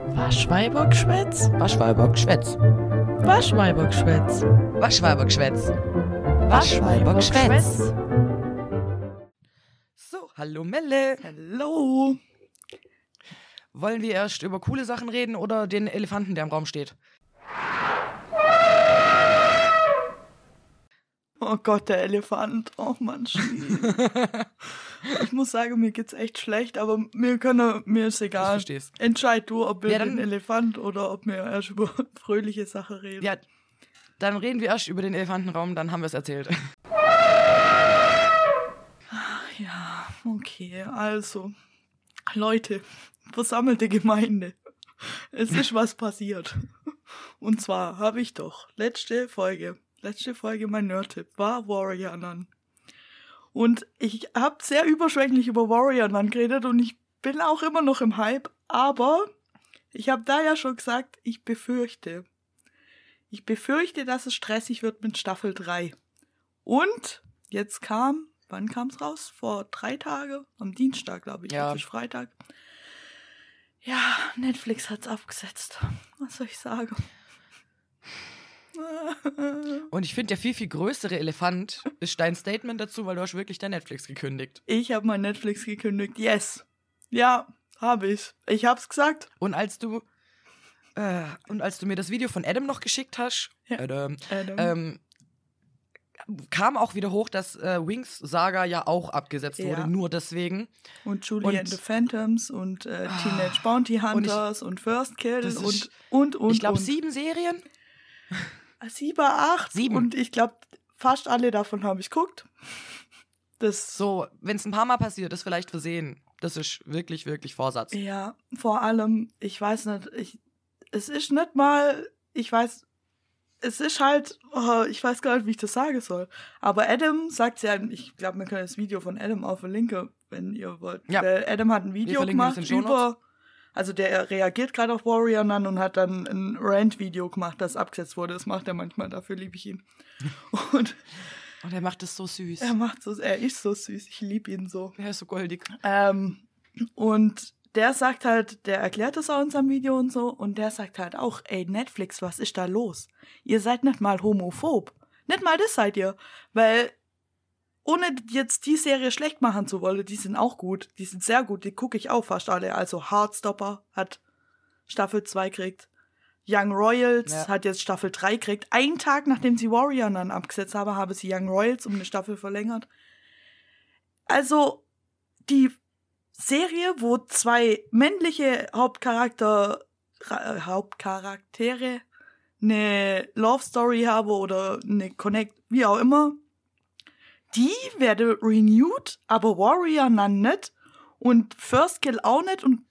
Waschweibergschwätz? Waschweibergschwätz. Waschweibergschwätz. Waschweibergschwätz. Waschweibergschwätz. So, hallo Melle. Hallo. Wollen wir erst über coole Sachen reden oder den Elefanten, der im Raum steht? Oh Gott, der Elefant. Oh Mann, ich muss sagen, mir geht's echt schlecht, aber mir ist egal. Ich versteh's. Entscheid du, ob wir Ja, den Elefant oder ob wir erst über fröhliche Sachen reden. Ja, dann reden wir erst über den Elefantenraum, dann haben wir es erzählt. Ja, okay, also, Leute, versammelte Gemeinde. Es ist was passiert. Und zwar habe ich doch letzte Folge mein Nerd-Tipp war Warrior Nun. Und ich habe sehr überschwänglich über Warrior Nun geredet und ich bin auch immer noch im Hype, aber ich habe da ja schon gesagt, ich befürchte, dass es stressig wird mit Staffel 3. Und jetzt wann kam es raus? Vor 3 Tagen? Am Dienstag, glaube ich. Ja. Jetzt ist Freitag. Ja, Netflix hat's abgesetzt. Was soll ich sagen? Und ich finde, der viel, viel größere Elefant ist dein Statement dazu, weil du hast wirklich dein Netflix gekündigt. Ich habe mein Netflix gekündigt. Yes. Ja, habe ich. Ich hab's gesagt. Und als du mir das Video von Adam noch geschickt hast, Ja. Adam. Kam auch wieder hoch, dass Wings Saga ja auch abgesetzt wurde, Ja. nur deswegen. Und Julie and the Phantoms und Teenage Bounty Hunters und First Kill das ist- und. Ich glaube und. 7 Serien. 7, 8. 7. Und ich glaube, fast alle davon habe ich geguckt. Das So, wenn es ein paar Mal passiert, ist vielleicht versehen. Das ist wirklich, wirklich Vorsatz. Ja, vor allem, ich weiß nicht, es ist nicht mal, es ist halt, ich weiß gar nicht, wie ich das sagen soll. Aber Adam sagt ja, ich glaube, wir können das Video von Adam auch verlinken, wenn ihr wollt. Ja. Adam hat ein Video verlinken das gemacht in den Shownotes. also der reagiert gerade auf Warrior Nun und hat dann ein Rant-Video gemacht, das abgesetzt wurde. Das macht er manchmal, dafür liebe ich ihn. Und Und er macht es so süß. er ist so süß, ich liebe ihn so. Er ist so goldig. Und der sagt halt, der erklärt das auch in seinem Video und so, und der sagt halt auch, ey, Netflix, was ist da los? Ihr seid nicht mal homophob. Nicht mal das seid ihr. Weil, ohne jetzt die Serie schlecht machen zu wollen, die sind auch gut, die sind sehr gut, die gucke ich auch fast alle. Also Heartstopper hat Staffel 2 gekriegt. Young Royals hat jetzt Staffel 3 gekriegt. Einen Tag, nachdem sie Warrior dann abgesetzt habe sie Young Royals um eine Staffel verlängert. Also, die Serie, wo 2 männliche Hauptcharaktere eine Love Story haben oder eine Connect, wie auch immer, die werde renewed, aber Warrior Nun nicht und First Kill auch nicht und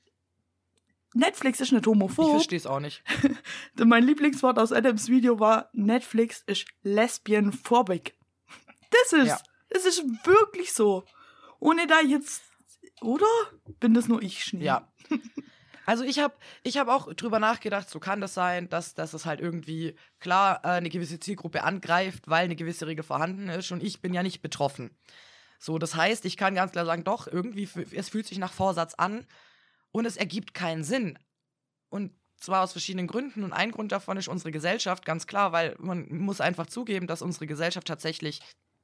Netflix ist nicht Ich homophob. verstehe es auch nicht. Mein Lieblingswort aus Adams Video war, Netflix ist lesbianphobic. Das ist wirklich so. Ohne da jetzt, oder? Bin das nur ich, Schnee? Ja. Also ich hab auch drüber nachgedacht, so kann das sein, dass es halt irgendwie, klar, eine gewisse Zielgruppe angreift, weil eine gewisse Regel vorhanden ist und ich bin ja nicht betroffen. So, das heißt, ich kann ganz klar sagen, doch, irgendwie, es fühlt sich nach Vorsatz an und es ergibt keinen Sinn. Und zwar aus verschiedenen Gründen und ein Grund davon ist unsere Gesellschaft, ganz klar, weil man muss einfach zugeben, dass unsere Gesellschaft tatsächlich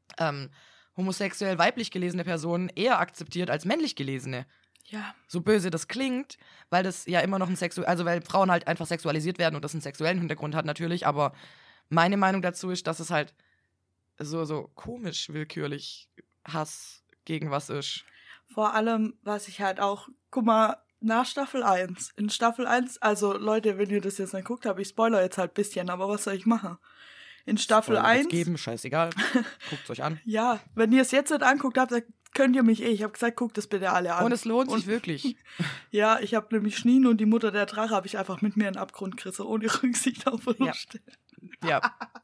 homosexuell weiblich gelesene Personen eher akzeptiert als männlich gelesene. Ja. So böse das klingt, weil das ja immer noch weil Frauen halt einfach sexualisiert werden und das einen sexuellen Hintergrund hat natürlich, aber meine Meinung dazu ist, dass es halt so komisch willkürlich Hass gegen was ist. Vor allem, was ich halt auch, guck mal, nach Staffel 1. In Staffel 1, also Leute, wenn ihr das jetzt nicht guckt habt, ich spoiler jetzt halt ein bisschen, aber was soll ich machen? In Staffel 1. Geben, scheißegal. Guckt's euch an. Ja, wenn ihr es jetzt nicht anguckt habt, dann könnt ihr mich Ich habe gesagt, guckt das bitte alle an. Und es lohnt sich wirklich. Ja, ich habe nämlich Schneen und die Mutter der Drache habe ich einfach mit mir in den Abgrund gerissen, ohne Rücksicht auf Verluste. Ja.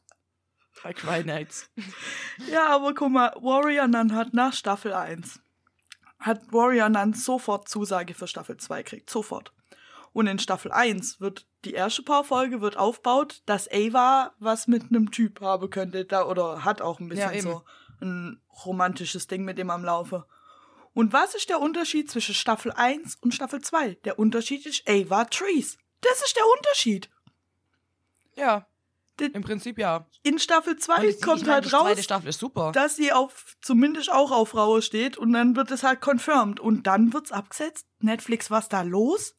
Bei Cry Nights. Ja, aber guck mal, Warrior Nun hat nach Staffel 1 hat Warrior Nun sofort Zusage für Staffel 2 gekriegt. Sofort. Und in Staffel 1 wird die erste Paar-Folge wird aufgebaut, dass Ava was mit einem Typ haben könnte, oder hat auch ein bisschen so ein romantisches Ding mit dem am Laufe. Und was ist der Unterschied zwischen Staffel 1 und Staffel 2? Der Unterschied ist Ava Trees. Das ist der Unterschied. Ja, im Prinzip ja. In Staffel 2 kommt halt die raus, zweite Staffel ist super. dass sie zumindest auch auf Raue steht und dann wird es halt confirmed und dann wird's abgesetzt. Netflix, was da los?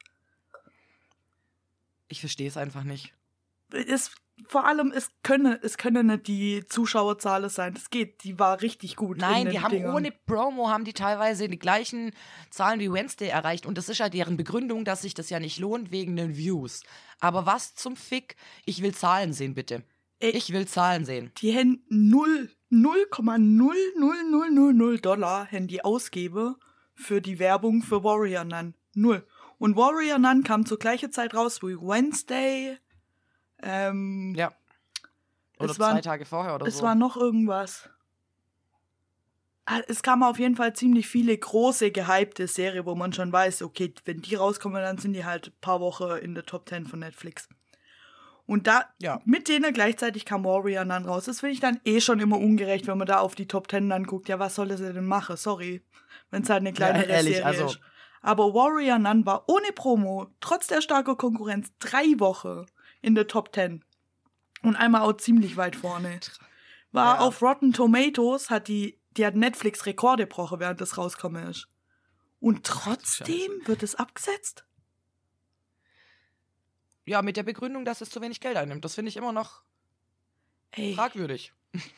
Ich verstehe es einfach nicht. Vor allem, es könne nicht die Zuschauerzahlen sein. Das geht, die war richtig gut. Nein, die haben ohne Promo teilweise die gleichen Zahlen wie Wednesday erreicht. Und das ist halt deren Begründung, dass sich das ja nicht lohnt wegen den Views. Aber was zum Fick? Ich will Zahlen sehen, bitte. Ich will Zahlen sehen. Die haben 0,00000 Dollar die ausgebe für die Werbung für Warrior Nun. 0. Und Warrior Nun kam zur gleichen Zeit raus wie Wednesday. Ja. Oder 2 Tage vorher oder so. Es war noch irgendwas. Es kamen auf jeden Fall ziemlich viele große, gehypte Serien, wo man schon weiß, okay, wenn die rauskommen, dann sind die halt ein paar Wochen in der Top 10 von Netflix. Und mit denen gleichzeitig kam Warrior Nun raus. Das finde ich dann schon immer ungerecht, wenn man da auf die Top 10 dann guckt. Ja, was soll das denn machen? Sorry. Wenn es halt eine kleinere Serie ist. Aber Warrior Nun war ohne Promo, trotz der starken Konkurrenz, 3 Wochen in der Top 10. Und einmal auch ziemlich weit vorne. War auf Rotten Tomatoes, die hat Netflix Rekorde gebrochen, während das rausgekommen ist. Und trotzdem wird es abgesetzt? Ja, mit der Begründung, dass es zu wenig Geld einnimmt. Das finde ich immer noch fragwürdig.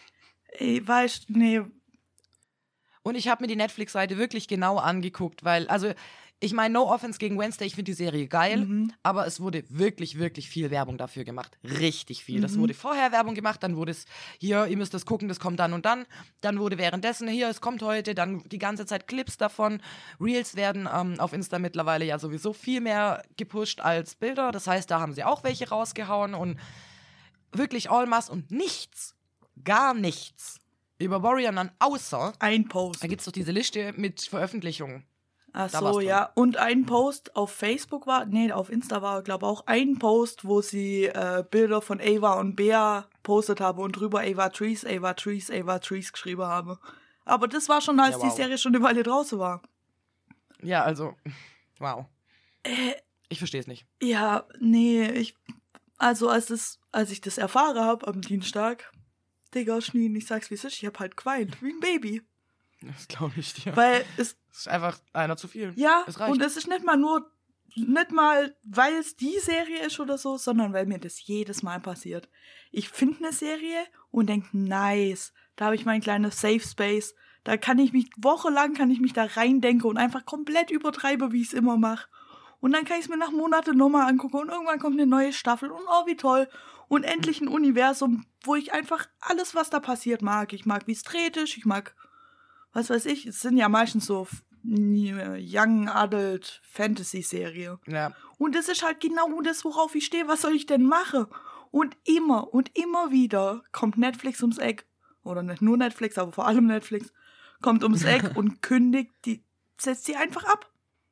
Nee. Und ich habe mir die Netflix-Seite wirklich genau angeguckt, weil, ich meine, no offense gegen Wednesday, ich finde die Serie geil, aber es wurde wirklich, wirklich viel Werbung dafür gemacht. Richtig viel. Das wurde vorher Werbung gemacht, dann wurde es, hier, ihr müsst das gucken, das kommt dann und dann. Dann wurde währenddessen, hier, es kommt heute, dann die ganze Zeit Clips davon. Reels werden auf Insta mittlerweile ja sowieso viel mehr gepusht als Bilder. Das heißt, da haben sie auch welche rausgehauen und wirklich all mass und nichts, gar nichts über Warrior Nun, außer ein Post. Da gibt es doch diese Liste mit Veröffentlichungen. Ach so, ja. Und ein Post auf Facebook auf Insta war, glaube ich, auch ein Post, wo sie Bilder von Ava und Bea postet habe und drüber Ava Trees geschrieben habe. Aber das war schon, als die Serie schon eine Weile draußen war. Ja, also, wow. Ich verstehe es nicht. Ja, nee, als ich das erfahren habe am Dienstag, Digga, Schneen, ich sag's wie es ist, ich hab halt geweint, wie ein Baby. Das glaube ich dir. Weil es ist einfach einer zu viel. Ja, es reicht. Und es ist nicht mal, weil es die Serie ist oder so, sondern weil mir das jedes Mal passiert. Ich finde eine Serie und denke, nice, da habe ich mein kleines Safe Space. Da kann ich mich wochenlang da reindenken und einfach komplett übertreibe, wie ich es immer mache. Und dann kann ich es mir nach Monaten nochmal angucken und irgendwann kommt eine neue Staffel und oh, wie toll. Und endlich ein Universum, wo ich einfach alles, was da passiert, mag. Ich mag, wie es dreht ist, ich mag, was weiß ich, es sind ja meistens so Young Adult Fantasy-Serie. Ja. Und das ist halt genau das, worauf ich stehe. Was soll ich denn machen? Und immer wieder kommt Netflix ums Eck, oder nicht nur Netflix, aber vor allem Netflix, kommt ums Eck und setzt sie einfach ab.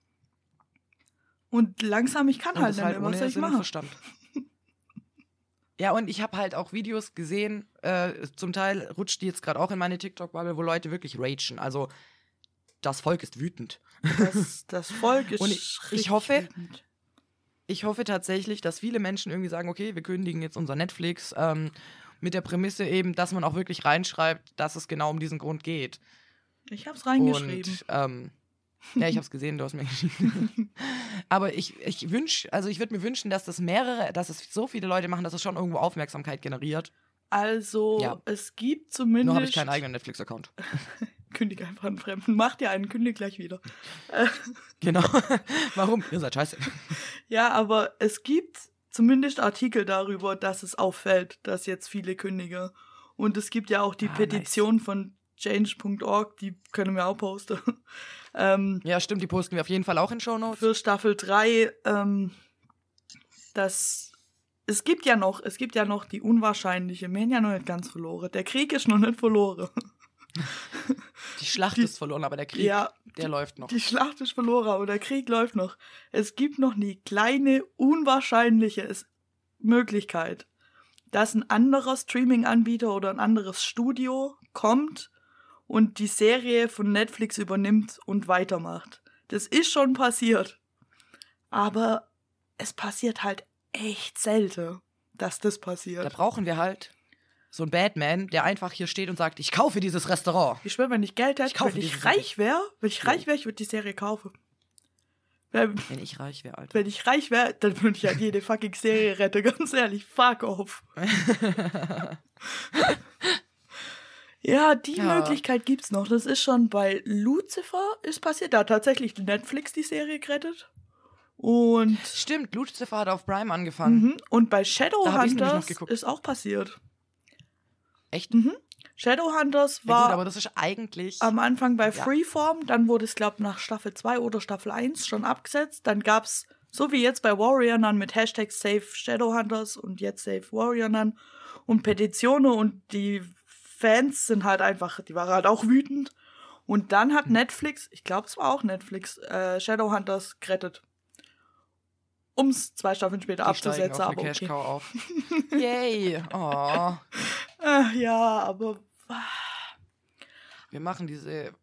Und langsam, ich kann halt nicht mehr, was soll ich machen? Verstand. Ja, und ich habe halt auch Videos gesehen, zum Teil rutscht die jetzt gerade auch in meine TikTok-Bubble, wo Leute wirklich ragen. Also, das Volk ist wütend. Das Volk ist und ich hoffe, wütend. Ich hoffe tatsächlich, dass viele Menschen irgendwie sagen, okay, wir kündigen jetzt unser Netflix, mit der Prämisse eben, dass man auch wirklich reinschreibt, dass es genau um diesen Grund geht. Ich hab's reingeschrieben. Und, ja, ich hab's gesehen, du hast mir geschrieben. Aber ich würde mir wünschen, dass es so viele Leute machen, dass es schon irgendwo Aufmerksamkeit generiert. Also, ja. Es gibt zumindest... Nur habe ich keinen eigenen Netflix-Account. Kündig einfach einen Fremden. Mach dir einen, kündig gleich wieder. Genau. Warum? Ihr seid scheiße. Ja, aber es gibt zumindest Artikel darüber, dass es auffällt, dass jetzt viele kündigen. Und es gibt ja auch die Petition von change.org, die können wir auch posten. Ja, stimmt, die posten wir auf jeden Fall auch in Shownotes. Für Staffel 3, es gibt ja noch die unwahrscheinliche, wir haben ja noch nicht ganz verloren. Der Krieg ist noch nicht verloren. Die Schlacht ist verloren, aber der Krieg, der läuft noch. Die Schlacht ist verloren, aber der Krieg läuft noch. Es gibt noch eine kleine, unwahrscheinliche Möglichkeit, dass ein anderer Streaming-Anbieter oder ein anderes Studio kommt und die Serie von Netflix übernimmt und weitermacht. Das ist schon passiert. Aber es passiert halt echt selten, dass das passiert. Da brauchen wir halt so einen Batman, der einfach hier steht und sagt, ich kaufe dieses Restaurant. Ich schwöre, wenn ich Geld hätte, kaufe wenn ich diese reich wäre, ich würde die Serie kaufen. Wenn ich reich wäre, Alter. Wenn ich reich wäre, dann würde ich halt jede fucking Serie retten, ganz ehrlich, fuck off. Ja, die Möglichkeit gibt's noch. Das ist schon bei Lucifer ist passiert. Da hat tatsächlich Netflix die Serie gerettet. Und Stimmt, Lucifer hat auf Prime angefangen. Und bei Da hab ich's nämlich noch Shadowhunters geguckt. ist auch passiert. Echt? Shadowhunters Ja, war gut, aber das ist eigentlich... am Anfang bei Freeform, dann wurde es, glaube ich, nach Staffel 2 oder Staffel 1 schon abgesetzt. Dann gab es, so wie jetzt bei Warrior Nun mit Hashtag Save Shadowhunters und jetzt Save Warrior Nun und Petitionen und die Fans sind halt einfach, die waren halt auch wütend. Und dann hat Netflix, ich glaube, es war auch Netflix, Shadowhunters gerettet. Um es 2 Staffeln später Die steigen abzusetzen, auf aber eine okay. Cash-Cow auf. Yay. Oh. Ja, aber Wir machen diese...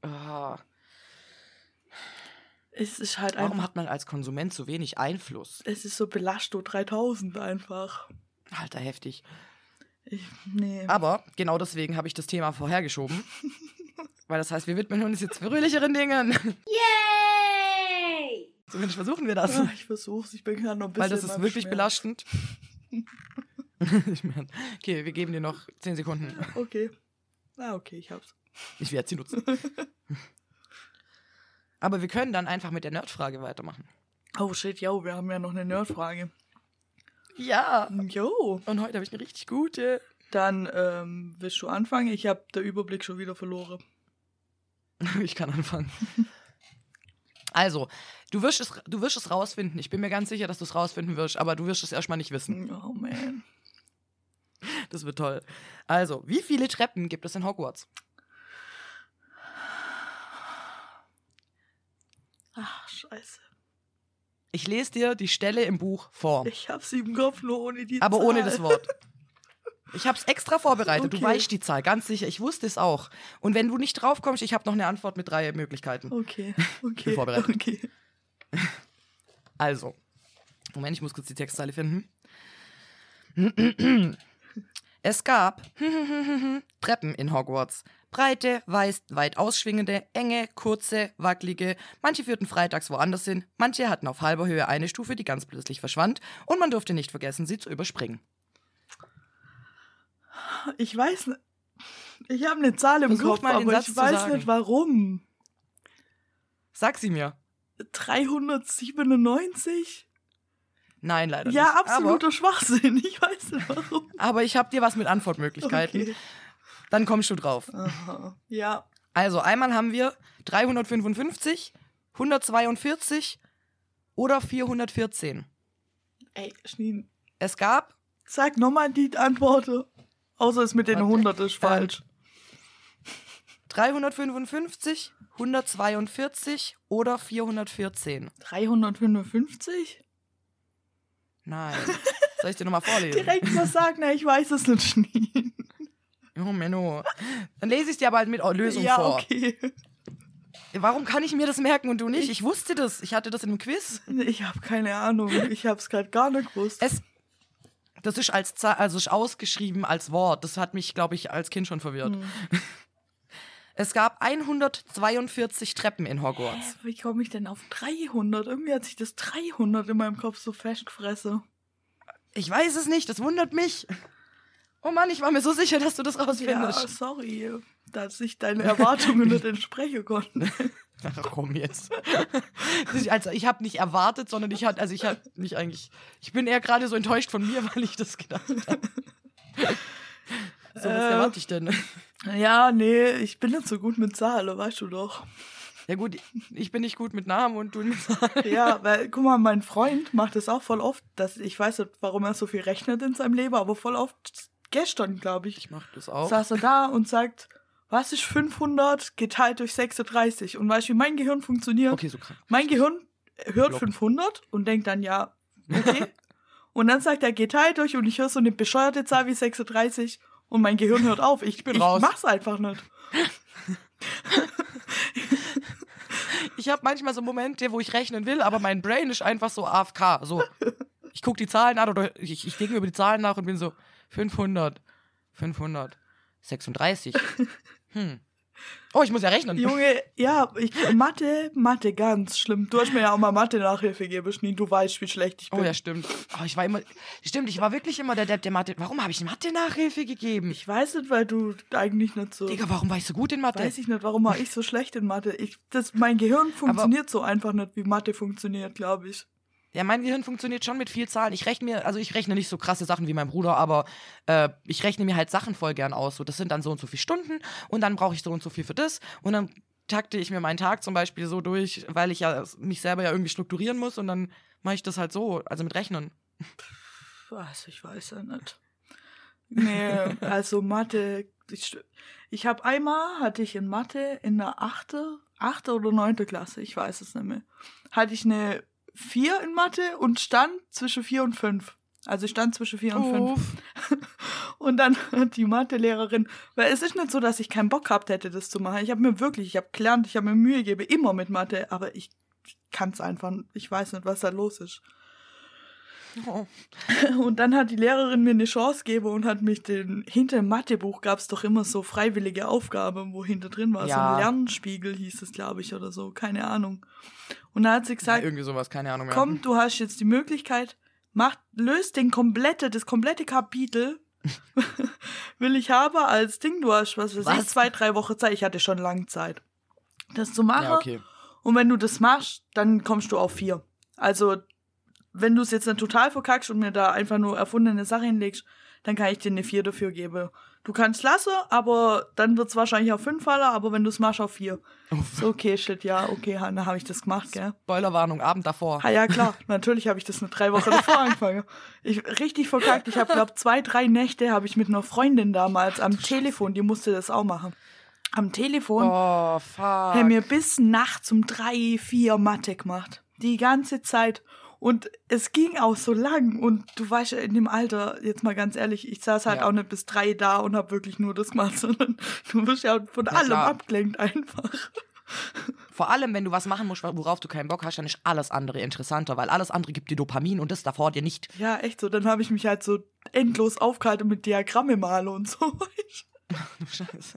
es ist halt Warum einfach, hat man als Konsument so wenig Einfluss? es ist so Belasto 3000 einfach. Alter, heftig. Nee. Aber genau deswegen habe ich das Thema vorhergeschoben. Weil das heißt, wir widmen uns jetzt fröhlicheren Dingen. Yay! Zumindest versuchen wir das. Ja, ich versuch's, ich bin gerade noch ein bisschen Weil das ist am wirklich Schmerz. belastend. Okay, wir geben dir noch 10 Sekunden. Okay. Okay, ich hab's. Ich werde sie nutzen. Aber wir können dann einfach mit der Nerdfrage weitermachen. Oh shit, yo, wir haben ja noch eine Nerdfrage. Ja. Jo. Und heute habe ich eine richtig gute. Dann willst du anfangen? Ich habe den Überblick schon wieder verloren. Ich kann anfangen. Also, du wirst es rausfinden. Ich bin mir ganz sicher, dass du es rausfinden wirst, aber du wirst es erstmal nicht wissen. Oh man. Das wird toll. Also, wie viele Treppen gibt es in Hogwarts? Ach, scheiße. Ich lese dir die Stelle im Buch vor, Ich hab 7 Kopf, nur ohne die aber Zahl. ohne das Wort. Ich habe es extra vorbereitet. Du Okay. weißt die Zahl, ganz sicher. Ich wusste es auch. Und wenn du nicht drauf kommst, ich habe noch eine Antwort mit 3 Möglichkeiten. Okay. Bin vorbereitet. Okay. Also, Moment, ich muss kurz die Textzeile finden. Es gab Treppen in Hogwarts. Breite, weit ausschwingende, enge, kurze, wackelige. Manche führten freitags woanders hin, manche hatten auf halber Höhe eine Stufe, die ganz plötzlich verschwand und man durfte nicht vergessen, sie zu überspringen. Ich weiß nicht. Ich habe eine Zahl im Versuch Kopf, mal, den aber Satz ich zu weiß sagen. nicht warum. Sag sie mir. 397? Nein, leider Ja, nicht. absoluter Schwachsinn. Ich weiß nicht warum. Aber ich habe dir was mit Antwortmöglichkeiten. Okay. Dann kommst du drauf. Aha. Ja. Also, einmal haben wir 355, 142 oder 414. Ey, Schneen. Es gab Sag nochmal die Antworten. Außer es mit den Warte. 100 ist falsch. 355, 142 oder 414. 355? Nein. Soll ich dir nochmal vorlesen? Direkt was sagen, na, ich weiß es nicht, Schneen. Oh, Menno. Dann lese ich dir aber halt mit Lösung Ja, vor. okay. Warum kann ich mir das merken und du nicht? Ich wusste das. Ich hatte das in einem Quiz. Ich habe keine Ahnung. Ich habe es gerade gar nicht gewusst. Das ist ist ausgeschrieben als Wort. Das hat mich, glaube ich, als Kind schon verwirrt. Es gab 142 Treppen in Hogwarts. Wie komme ich denn auf 300? Irgendwie hat sich das 300 in meinem Kopf so festgefressen. Ich weiß es nicht, das wundert mich. Oh Mann, ich war mir so sicher, dass du das Ja, rausfindest. sorry, dass ich deine Erwartungen nicht entsprechen konnte. Ach komm jetzt. Also ich habe nicht erwartet, sondern ich bin eher gerade so enttäuscht von mir, weil ich das gedacht habe. So, was erwarte ich denn? Ja, nee, ich bin nicht so gut mit Zahlen, weißt du doch. Ja gut, ich bin nicht gut mit Namen und du mit Zahlen. Ja, weil, guck mal, mein Freund macht das auch voll oft. Ich weiß nicht, warum er so viel rechnet in seinem Leben, aber voll oft, gestern, glaube ich, Ich mach das auch. saß er da und sagt, was ist 500 geteilt durch 36? Und weißt du, wie mein Gehirn funktioniert? Okay, so krank. Mein Gehirn hört Block. 500 und denkt dann, ja, okay. Und dann sagt er, geteilt durch und ich höre so eine bescheuerte Zahl wie 36 und mein Gehirn hört auf. Ich bin raus. mach's einfach nicht. Ich habe manchmal so Momente, wo ich rechnen will, aber mein Brain ist einfach so AFK. So. Ich gucke die Zahlen an oder ich denke über die Zahlen nach und bin so 536. Oh, ich muss ja rechnen. Junge, ja, Mathe ganz schlimm. Du hast mir ja auch mal Mathe-Nachhilfe gegeben, Schnee. Du weißt, wie schlecht ich bin. Oh ja, stimmt. Oh, ich war wirklich immer der Depp, der Mathe. Warum habe ich Mathe-Nachhilfe gegeben? Ich weiß nicht, weil du eigentlich nicht so... Digga, warum war ich so gut in Mathe? Weiß ich nicht, warum war ich so schlecht in Mathe? Mein Gehirn funktioniert so einfach nicht, wie Mathe funktioniert, glaube ich. Ja, mein Gehirn funktioniert schon mit viel Zahlen. Ich rechne nicht so krasse Sachen wie mein Bruder, aber ich rechne mir halt Sachen voll gern aus. So, das sind dann so und so viele Stunden und dann brauche ich so und so viel für das und dann takte ich mir meinen Tag zum Beispiel so durch, weil ich ja mich selber ja irgendwie strukturieren muss und dann mache ich das halt so, also mit Rechnen. Was? Ich weiß ja nicht. Nee, also Mathe, hatte ich in Mathe in der 8. oder 9. Klasse, ich weiß es nicht mehr, hatte ich eine 4 in Mathe und stand zwischen 4 und 5. Also ich stand zwischen 4 und 5. Und dann hat die Mathelehrerin, weil es ist nicht so, dass ich keinen Bock gehabt hätte, das zu machen. Ich habe gelernt, ich habe mir Mühe gegeben, immer mit Mathe, aber ich kann es einfach, ich weiß nicht, was da los ist. Oh. Und dann hat die Lehrerin mir eine Chance gegeben und hat mich hinter dem Mathebuch gab es doch immer so freiwillige Aufgaben, wo hinter drin war. Ja. So ein Lernspiegel hieß es, glaube ich, oder so. Keine Ahnung. Und da hat sie gesagt, irgendwie sowas, keine Ahnung mehr. Komm, du hast jetzt die Möglichkeit, löst das komplette Kapitel, will ich haben als Ding. Du hast, was weiß ich, 2-3 Wochen Zeit. Ich hatte schon lange Zeit, das zu machen. Ja, okay. Und wenn du das machst, dann kommst du auf 4. Also, wenn du es jetzt nicht total verkackst und mir da einfach nur erfundene Sachen hinlegst, dann kann ich dir eine 4 dafür geben. Du kannst lassen, aber dann wird es wahrscheinlich auf 5 fallen, aber wenn du es machst, auf 4. So, okay, shit, ja, okay, dann habe ich das gemacht, gell. Spoilerwarnung, Abend davor. Ja, klar, natürlich habe ich das nur 3 Wochen davor angefangen. Richtig verkackt, ich habe, glaube 2-3 Nächte habe ich mit einer Freundin damals am Telefon, die musste das auch machen. Am Telefon haben wir bis nachts um 3-4 Mathe gemacht. Die ganze Zeit. Und es ging auch so lang. Und du weißt ja, in dem Alter, jetzt mal ganz ehrlich, ich saß halt auch nicht bis 3 da und habe wirklich nur das gemacht, sondern du wirst ja von allem abgelenkt einfach. Vor allem, wenn du was machen musst, worauf du keinen Bock hast, dann ist alles andere interessanter, weil alles andere gibt dir Dopamin und das davor dir nicht. Ja, echt so. Dann habe ich mich halt so endlos aufgehalten mit Diagramme malen und so. Du Scheiße.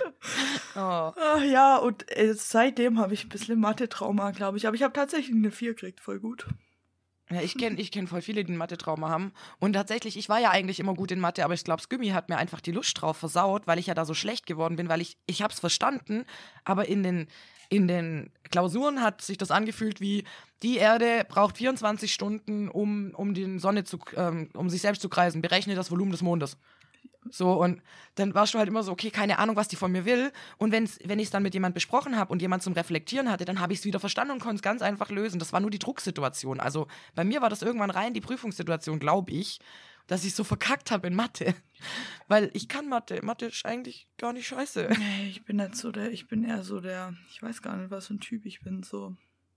Oh. Ach ja, und seitdem habe ich ein bisschen Mathe-Trauma, glaube ich. Aber ich habe tatsächlich eine 4 gekriegt, voll gut. Ja, ich kenn voll viele, die ein Mathe-Trauma haben. Und tatsächlich, ich war ja eigentlich immer gut in Mathe, aber ich glaube, Skümmi hat mir einfach die Lust drauf versaut, weil ich ja da so schlecht geworden bin, weil ich hab's verstanden, aber in den Klausuren hat sich das angefühlt wie, die Erde braucht 24 Stunden, um die Sonne um sich selbst zu kreisen. Berechne das Volumen des Mondes. So, und dann warst du halt immer so, okay, keine Ahnung, was die von mir will. Und wenn ich es dann mit jemand besprochen habe und jemand zum Reflektieren hatte, dann habe ich es wieder verstanden und konnte es ganz einfach lösen. Das war nur die Drucksituation. Also bei mir war das irgendwann rein die Prüfungssituation, glaube ich, dass ich so verkackt habe in Mathe. Weil ich kann Mathe. Mathe ist eigentlich gar nicht scheiße. Nee, ich bin eher so ich weiß gar nicht, was für ein Typ ich bin, so...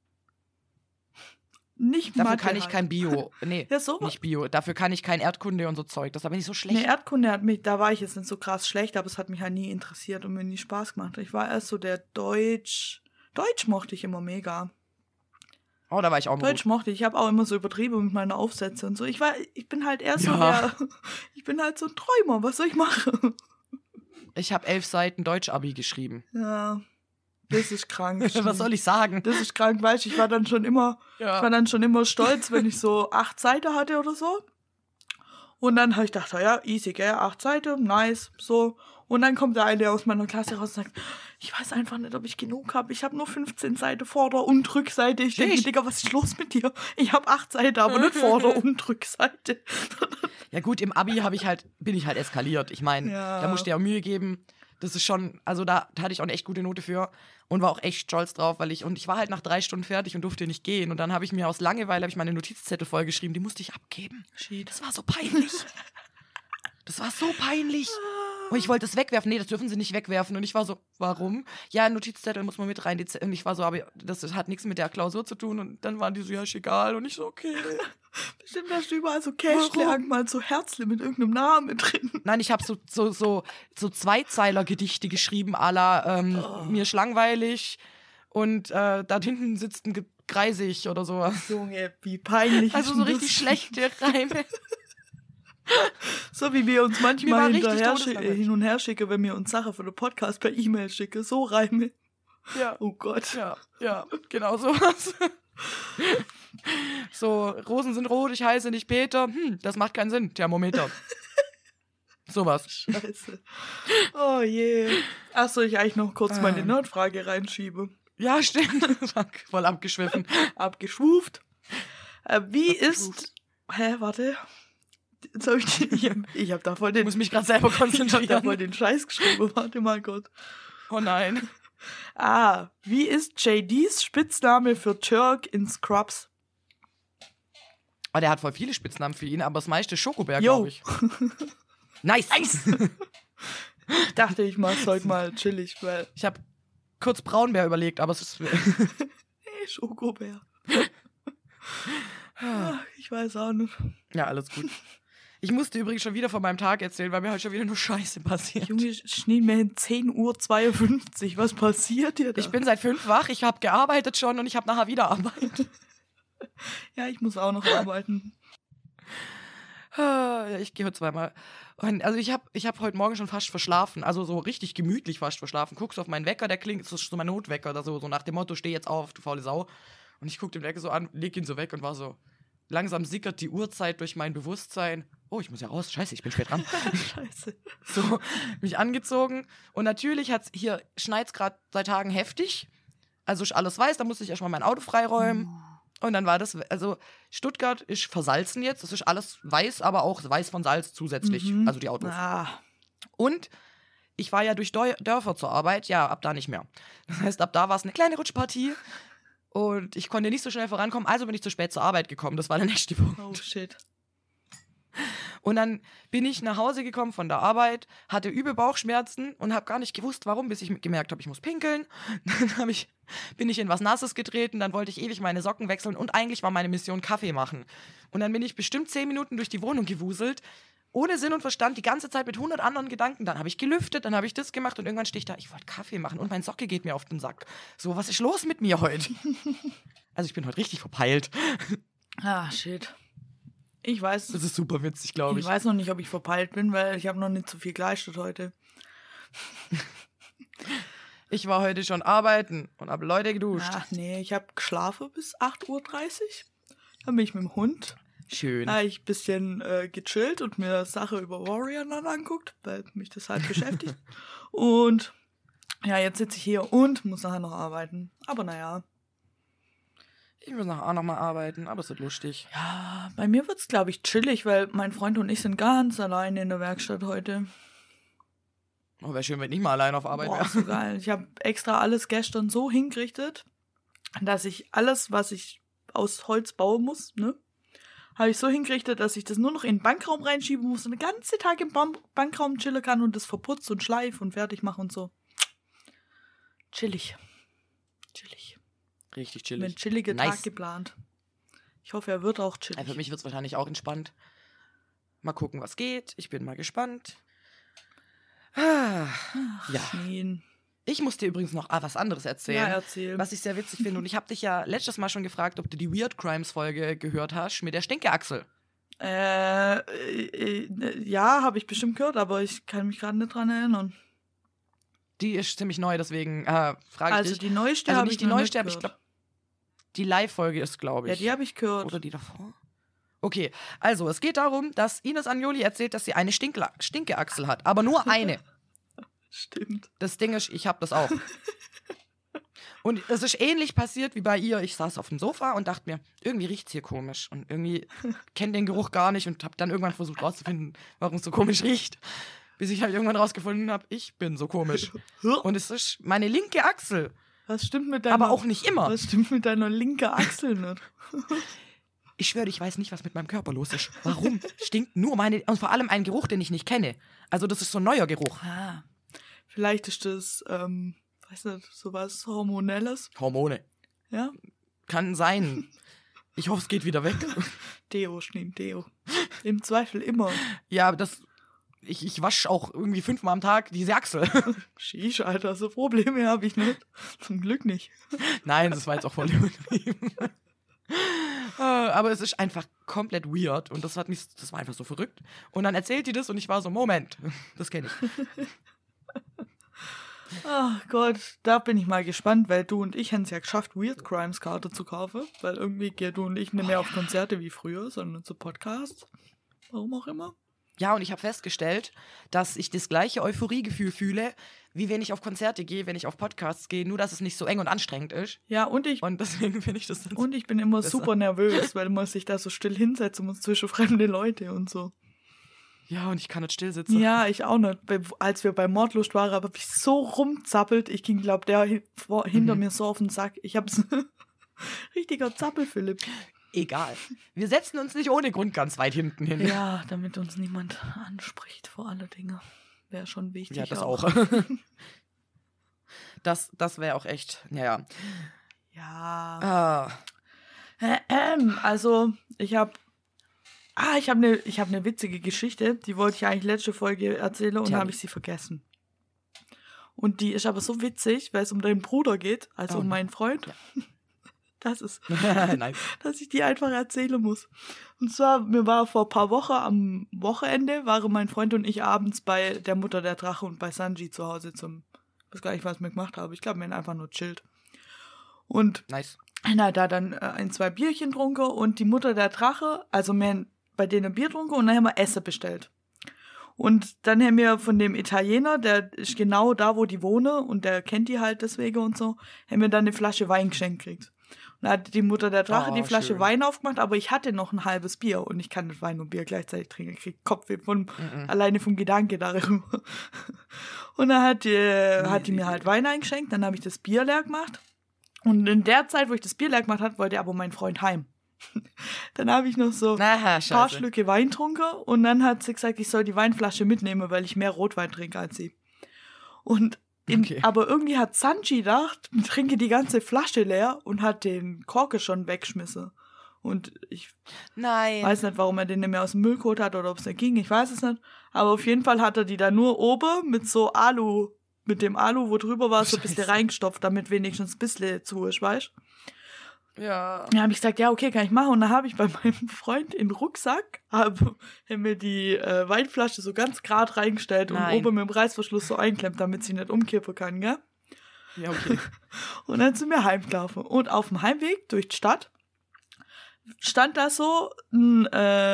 Nicht Dafür Mathe kann ich kein Bio. Nee, ja, so nicht Bio. Dafür kann ich kein Erdkunde und so Zeug. Das bin ich so schlecht. Nee, Erdkunde da war ich jetzt nicht so krass schlecht, aber es hat mich halt nie interessiert und mir nie Spaß gemacht. Ich war erst so der Deutsch mochte ich immer mega. Oh, da war ich auch mal Deutsch mochte ich. Ich habe auch immer so übertrieben mit meinen Aufsätzen und so. Ich bin halt eher so ich bin halt so ein Träumer. Was soll ich machen? Ich habe 11 Seiten Deutsch-Abi geschrieben. Ja. Das ist krank. Was soll ich sagen? Das ist krank, weißt du, ich war dann schon immer stolz, wenn ich so 8 Seiten hatte oder so. Und dann habe ich gedacht, ja, easy, gell, 8 Seiten, nice, so. Und dann kommt der eine aus meiner Klasse raus und sagt, ich weiß einfach nicht, ob ich genug habe. Ich habe nur 15 Seiten Vorder- und Rückseite. Ich denke, Digga, was ist los mit dir? Ich habe 8 Seiten, aber nicht Vorder- und Rückseite. Ja gut, im Abi bin ich halt eskaliert. Ich meine, da musste ich auch Mühe geben. Das ist schon, also da hatte ich auch eine echt gute Note für und war auch echt stolz drauf, weil ich war halt nach 3 Stunden fertig und durfte nicht gehen. Und dann habe ich mir aus Langeweile meine Notizzettel vollgeschrieben, die musste ich abgeben. Shit. Das war so peinlich. Das war so peinlich. Und ich wollte es wegwerfen. Nee, das dürfen sie nicht wegwerfen. Und ich war so, warum? Ja, Notizzettel muss man mit rein. Und ich war so, aber das hat nichts mit der Klausur zu tun. Und dann waren die so, ja, ist egal. Und ich so, okay. Bestimmt hast du überall so Cashlergen mal so Herzle mit irgendeinem Namen drin. Nein, ich habe so Zweizeiler-Gedichte geschrieben, à la mir ist langweilig und da hinten sitzt ein kreisig oder sowas. Junge, wie peinlich. Also ist so denn richtig das? schlechte Reime. So wie wir uns Mir manchmal war richtig hin und her schicken, wenn wir uns Sachen für den Podcast per E-Mail schicken. So Reime. Ja. Oh Gott. Ja, genau sowas. So, Rosen sind rot, ich heiße nicht Peter. Das macht keinen Sinn. Thermometer. Sowas. Scheiße. Oh je. Achso, ich eigentlich noch kurz meine Nerdfrage reinschiebe. Ja, stimmt. Voll abgeschwiffen. Abgeschwuft. Wie ist... Warte. Jetzt hab ich hab da voll Ich den... muss mich gerade selber Ich hab da konzentrieren. voll den Scheiß geschrieben. Warte mal kurz. Oh nein. Wie ist JDs Spitzname für Turk in Scrubs? Oh, der hat voll viele Spitznamen für ihn, aber das meiste ist Schokobär, Jo. glaube ich. Nice. Ich dachte, ich mach's heute mal chillig, weil... Ich habe kurz Braunbär überlegt, aber es ist... Schokobär. Ich weiß auch nicht. Ja, alles gut. Ich musste übrigens schon wieder von meinem Tag erzählen, weil mir halt schon wieder nur Scheiße passiert. Junge, schnell mir hin 10:52 Uhr. Was passiert dir da? Ich bin seit 5 wach, ich habe gearbeitet schon und ich habe nachher wieder Arbeit. Ja, ich muss auch noch arbeiten. Ja, ich gehe heute zweimal. Und also ich hab heute Morgen schon fast verschlafen, also so richtig gemütlich fast verschlafen. Guckst auf meinen Wecker, der klingt, das ist so mein Notwecker oder so nach dem Motto, steh jetzt auf, du faule Sau. Und ich guck den Wecker so an, leg ihn so weg und war so, langsam sickert die Uhrzeit durch mein Bewusstsein. Oh, ich muss ja raus, scheiße, ich bin spät dran. Scheiße. So, mich angezogen. Und natürlich schneit's gerade seit Tagen heftig. Also ist alles weiß, da musste ich erstmal mein Auto freiräumen. Und dann war das, also Stuttgart ist versalzen jetzt. Es ist alles weiß, aber auch weiß von Salz zusätzlich. Also die Autos. Und ich war ja durch Dörfer zur Arbeit. Ja, ab da nicht mehr. Das heißt, ab da war es eine kleine Rutschpartie. Und ich konnte nicht so schnell vorankommen. Also bin ich zu spät zur Arbeit gekommen. Das war der nächste Punkt. Oh, shit. Und dann bin ich nach Hause gekommen von der Arbeit, hatte übel Bauchschmerzen und habe gar nicht gewusst, warum, bis ich gemerkt habe, ich muss pinkeln. Dann bin ich in was Nasses getreten, dann wollte ich ewig meine Socken wechseln und eigentlich war meine Mission Kaffee machen. Und dann bin ich bestimmt 10 Minuten durch die Wohnung gewuselt, ohne Sinn und Verstand, die ganze Zeit mit 100 anderen Gedanken. Dann habe ich gelüftet, dann habe ich das gemacht und irgendwann stehe ich da, ich wollte Kaffee machen und mein Socke geht mir auf den Sack. So, was ist los mit mir heute? Also ich bin heute richtig verpeilt. Shit. Ich weiß, Das ist super witzig, glaube ich. ich weiß noch nicht, ob ich verpeilt bin, weil ich habe noch nicht so viel geleistet heute. Ich war heute schon arbeiten und habe Leute geduscht. Ach nee, ich habe geschlafen bis 8:30 Uhr. Dann bin ich mit dem Hund. Schön. Da habe ich ein bisschen gechillt und mir Sache über Warrior dann anguckt, weil mich das halt beschäftigt. Und ja, jetzt sitze ich hier und muss nachher noch arbeiten. Aber naja. Ich muss nachher auch noch mal arbeiten, aber es wird lustig. Ja, bei mir wird's, glaube ich, chillig, weil mein Freund und ich sind ganz alleine in der Werkstatt heute. Oh, wäre schön, wenn ich mal allein auf Arbeit Boah, wäre. so geil. Ich habe extra alles gestern so hingerichtet, dass ich alles, was ich aus Holz bauen muss, ne, habe ich so hingerichtet, dass ich das nur noch in den Bankraum reinschieben muss und den ganzen Tag im Bankraum chillen kann und das verputzt und schleif und fertig mache und so. Chillig. Chillig. Richtig Mit chillig. einem chilligen Nice. Tag geplant. Ich hoffe, er wird auch chillig. Für mich wird es wahrscheinlich auch entspannt. Mal gucken, was geht. Ich bin mal gespannt. Ja. Schneen. Ich muss dir übrigens noch was anderes erzählen. Ja, erzähl. Was ich sehr witzig finde. Und ich habe dich ja letztes Mal schon gefragt, ob du die Weird Crimes Folge gehört hast mit der Stinkeachsel. Ja, habe ich bestimmt gehört, aber ich kann mich gerade nicht dran erinnern. Die ist ziemlich neu, deswegen frage ich Also dich. die neueste Also habe nicht ich die noch neueste, nicht aber ich gehört. glaube, die Live-Folge ist, glaube ich. Ja, die habe ich gehört. Oder die davor? Okay, also es geht darum, dass Ines Agnoli erzählt, dass sie eine Stinkeachsel hat. Aber nur eine. Stimmt. Das Ding ist, ich habe das auch. Und es ist ähnlich passiert wie bei ihr. Ich saß auf dem Sofa und dachte mir, irgendwie riecht's hier komisch. Und irgendwie kenne den Geruch gar nicht und habe dann irgendwann versucht rauszufinden, warum es so komisch riecht. Bis ich halt irgendwann rausgefunden habe, ich bin so komisch. Und es ist meine linke Achsel. Was stimmt mit deiner... Aber auch nicht immer. Was stimmt mit deiner linken Achsel nicht? Ich schwöre, ich weiß nicht, was mit meinem Körper los ist. Warum stinkt nur meine... Und vor allem ein Geruch, den ich nicht kenne. Also das ist so ein neuer Geruch. Vielleicht ist das, weiß nicht, sowas Hormonelles. Hormone. Ja? Kann sein. Ich hoffe, es geht wieder weg. Deo, Schnee, Deo. Im Zweifel immer. Ja, das ich wasche auch irgendwie 5-mal am Tag diese Achsel. Sheesh, Alter, so Probleme habe ich nicht. Zum Glück nicht. Nein, das war jetzt auch voll übertrieben. Aber es ist einfach komplett weird und das war einfach so verrückt. Und dann erzählt die das und ich war so, Moment, das kenne ich. Ach Gott, da bin ich mal gespannt, weil du und ich haben es ja geschafft, Weird Crimes Karte zu kaufen, weil irgendwie gehen du und ich nicht mehr auf Konzerte wie früher, sondern zu Podcasts. Warum auch immer. Ja, und ich habe festgestellt, dass ich das gleiche Euphoriegefühl fühle, wie wenn ich auf Konzerte gehe, wenn ich auf Podcasts gehe, nur dass es nicht so eng und anstrengend ist. Ja, und deswegen finde ich das dann und ich bin immer besser. Super nervös, weil man sich da so still hinsetzt und muss zwischen fremde Leute und so. Ja, und ich kann nicht still sitzen. Ja, ich auch nicht. Als wir bei Mordlust waren, habe ich so rumzappelt. Ich ging, glaube der hinter mir so auf den Sack. Ich habe so richtiger Zappel, Philipp. Egal. Wir setzen uns nicht ohne Grund ganz weit hinten hin. Ja, damit uns niemand anspricht vor alle Dinge. Wäre schon wichtig. Ja, das auch. Das wäre auch echt, naja. Ja. Also, ich habe eine witzige Geschichte, die wollte ich eigentlich letzte Folge erzählen und habe ich sie vergessen. Und die ist aber so witzig, weil es um deinen Bruder geht, also um meinen Freund. Ja. Nice. Dass ich die einfach erzählen muss. Und zwar, mir war vor ein paar Wochen am Wochenende, waren mein Freund und ich abends bei der Mutter der Drache und bei Sanji zu Hause ich weiß gar nicht, was wir gemacht haben. Ich glaube, wir haben einfach nur chillt. Und nice. Na, da dann 2 Bierchen getrunken und die Mutter der Drache, also wir haben bei denen Bier getrunken und dann haben wir Essen bestellt. Und dann haben wir von dem Italiener, der ist genau da, wo die wohnen und der kennt die halt deswegen und so, haben wir dann eine Flasche Wein geschenkt gekriegt. Und da hat die Mutter der Drache die Flasche Wein aufgemacht, aber ich hatte noch ein halbes Bier und ich kann nicht Wein und Bier gleichzeitig trinken. Ich krieg Kopfweh alleine vom Gedanke darüber. Und dann hat die mir halt Wein eingeschenkt, dann habe ich das Bier leer gemacht. Und in der Zeit, wo ich das Bier leer gemacht habe, wollte aber mein Freund heim. Dann habe ich noch so ein paar Schlücke Wein getrunken und dann hat sie gesagt, ich soll die Weinflasche mitnehmen, weil ich mehr Rotwein trinke als sie. Und aber irgendwie hat Sanji gedacht, ich trinke die ganze Flasche leer und hat den Korken schon weggeschmissen. Und ich weiß nicht, warum er den nicht mehr aus dem Müll geholt hat oder ob es nicht ging, ich weiß es nicht. Aber auf jeden Fall hat er die da nur oben mit so mit dem Alu, wo drüber war, so ein bisschen reingestopft, damit wenigstens ein bisschen zu ist, weißt du? Ja. Dann habe ich gesagt, ja, okay, kann ich machen. Und dann habe ich bei meinem Freund in den Rucksack, haben mir die Weinflasche so ganz gerade reingestellt und oben mit dem Reißverschluss so einklemmt, damit sie nicht umkippen kann, gell? Ja, okay. Und dann sind wir heimgelaufen. Und auf dem Heimweg durch die Stadt standen da so ein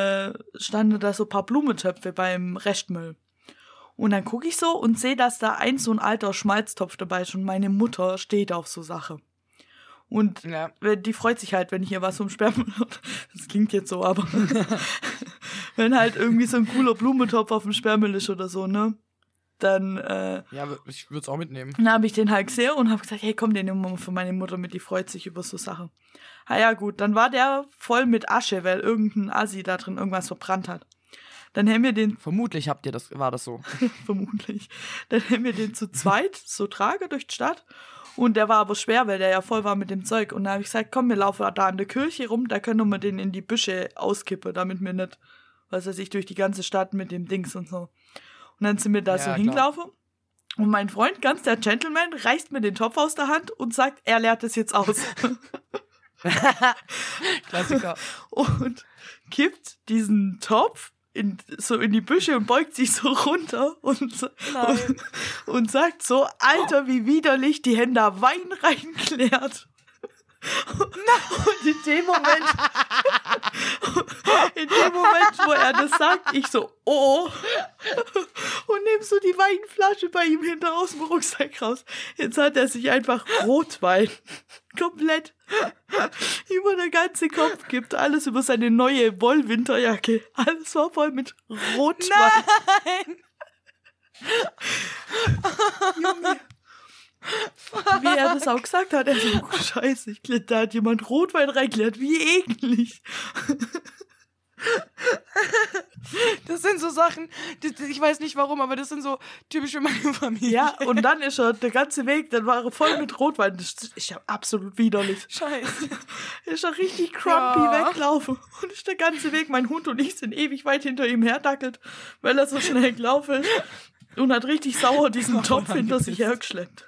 paar Blumentöpfe beim Restmüll. Und dann gucke ich so und sehe, dass da so ein alter Schmalztopf dabei ist und meine Mutter steht auf so Sache. Und die freut sich halt, wenn ich hier was vom Sperrmüll habe. Das klingt jetzt so, aber wenn halt irgendwie so ein cooler Blumentopf auf dem Sperrmüll ist oder so, ne? Dann ja, ich würde es auch mitnehmen. Dann habe ich den halt gesehen und habe gesagt, hey, komm, den nehmen wir mal für meine Mutter mit, die freut sich über so Sachen. Ja gut, dann war der voll mit Asche, weil irgendein Assi da drin irgendwas verbrannt hat. Dann haben wir den... Vermutlich war das so. Vermutlich. Dann haben wir den zu zweit so tragen durch die Stadt. Und der war aber schwer, weil der ja voll war mit dem Zeug. Und da habe ich gesagt, komm, wir laufen da an der Kirche rum, da können wir den in die Büsche auskippen, damit wir nicht, was weiß ich, durch die ganze Stadt mit dem Dings und so. Und dann sind wir da so hingelaufen. Und mein Freund, ganz der Gentleman, reißt mir den Topf aus der Hand und sagt, er leert es jetzt aus. Klassiker. Und kippt diesen Topf in die Büsche und beugt sich so runter und sagt so, Alter, wie widerlich, die haben da Wein reinklärt. Und in dem Moment, wo er das sagt, ich so, oh, und nehme so die Weinflasche bei ihm hinter aus dem Rucksack raus. Jetzt hat er sich einfach Rotwein komplett über den ganzen Kopf gibt, alles über seine neue Wollwinterjacke. Alles war voll mit Rotwein. Nein! Junge. Wie er das auch gesagt hat, er so, scheiße, da hat jemand Rotwein reingeklärt, wie eklig. Das sind so Sachen, ich weiß nicht warum, aber das sind so typisch für meine Familie. Ja, und dann ist er der ganze Weg, dann war er voll mit Rotwein. Das ist ja absolut widerlich. Scheiße. Ist er richtig crumpy weglaufen. Und ist der ganze Weg, mein Hund und ich sind ewig weit hinter ihm herdackelt, weil er so schnell gelaufen ist. Und hat richtig sauer diesen Topf hinter sich hergeschleppt.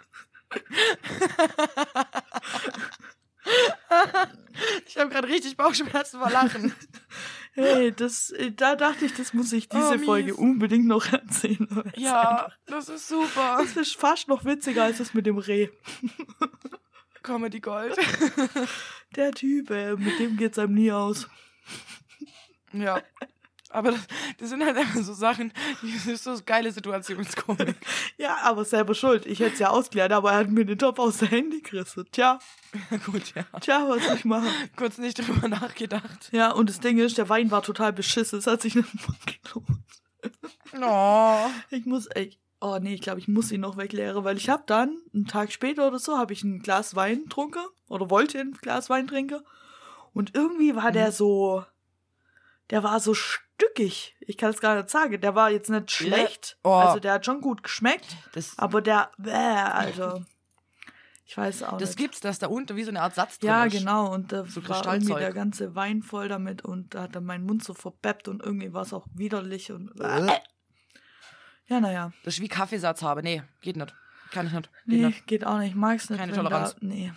Ich habe gerade richtig Bauchschmerzen vor Lachen. Hey, da dachte ich, das muss ich diese Folge unbedingt noch erzählen. Ja, das ist super. Das ist fast noch witziger als das mit dem Reh. Comedy Gold. Der Typ, mit dem geht's einem nie aus. Ja. Aber das sind halt einfach so Sachen, das ist so geile Situationskomik. Ja, aber selber schuld. Ich hätte es ja ausgelernt, aber er hat mir den Topf aus der Handy gerissen. Tja. Gut, ja. Tja, was soll ich machen? Kurz nicht drüber nachgedacht. Ja, und das Ding ist, der Wein war total beschissen. Es hat sich nicht mal gelohnt. Oh. Ich glaube, ich muss ihn noch wegleeren, weil ich habe dann, einen Tag später oder so, habe ich ein Glas Wein getrunken oder wollte ein Glas Wein trinken. Und irgendwie war der war so stückig. Ich kann es gar nicht sagen. Der war jetzt nicht schlecht. Oh. Also der hat schon gut geschmeckt. Aber Alter. Ich weiß auch nicht. Das gibt's, dass da unten wie so eine Art Satz drin ist. Ja, genau. Und da so war irgendwie der ganze Wein voll damit und da hat dann mein Mund so verbeppt und irgendwie war es auch widerlich und ja, naja. Das ist wie Kaffeesatz habe. Nee, geht nicht. Kann ich nicht. Geht auch nicht. Ich mag's nicht. Keine Toleranz. Nee.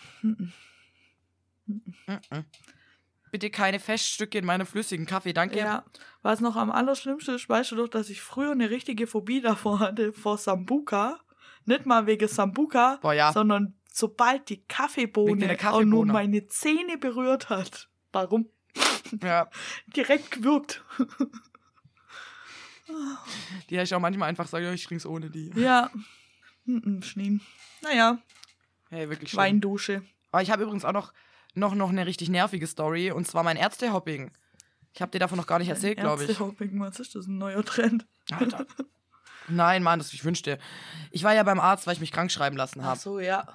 Bitte keine Feststücke in meinem flüssigen Kaffee, danke. Ja, was noch am allerschlimmsten ist, weißt du doch, dass ich früher eine richtige Phobie davor hatte, vor Sambuca. Nicht mal wegen Sambuca, sondern sobald die Kaffeebohne auch nur meine Zähne berührt hat. Warum? Ja. Direkt gewürgt. Die hätte ich auch manchmal einfach sagen, ja, ich trink's ohne die. Ja. Schnien. Naja. Hey, wirklich schlimm. Weindusche. Aber ich habe übrigens auch noch eine richtig nervige Story, und zwar mein Ärztehopping. Ich habe dir davon noch gar nicht erzählt, glaube ich. Ärztehopping, was ist das? Ein neuer Trend? Alter. Nein, Mann, ich wünschte. Ich war ja beim Arzt, weil ich mich krank schreiben lassen habe. Ach so, ja.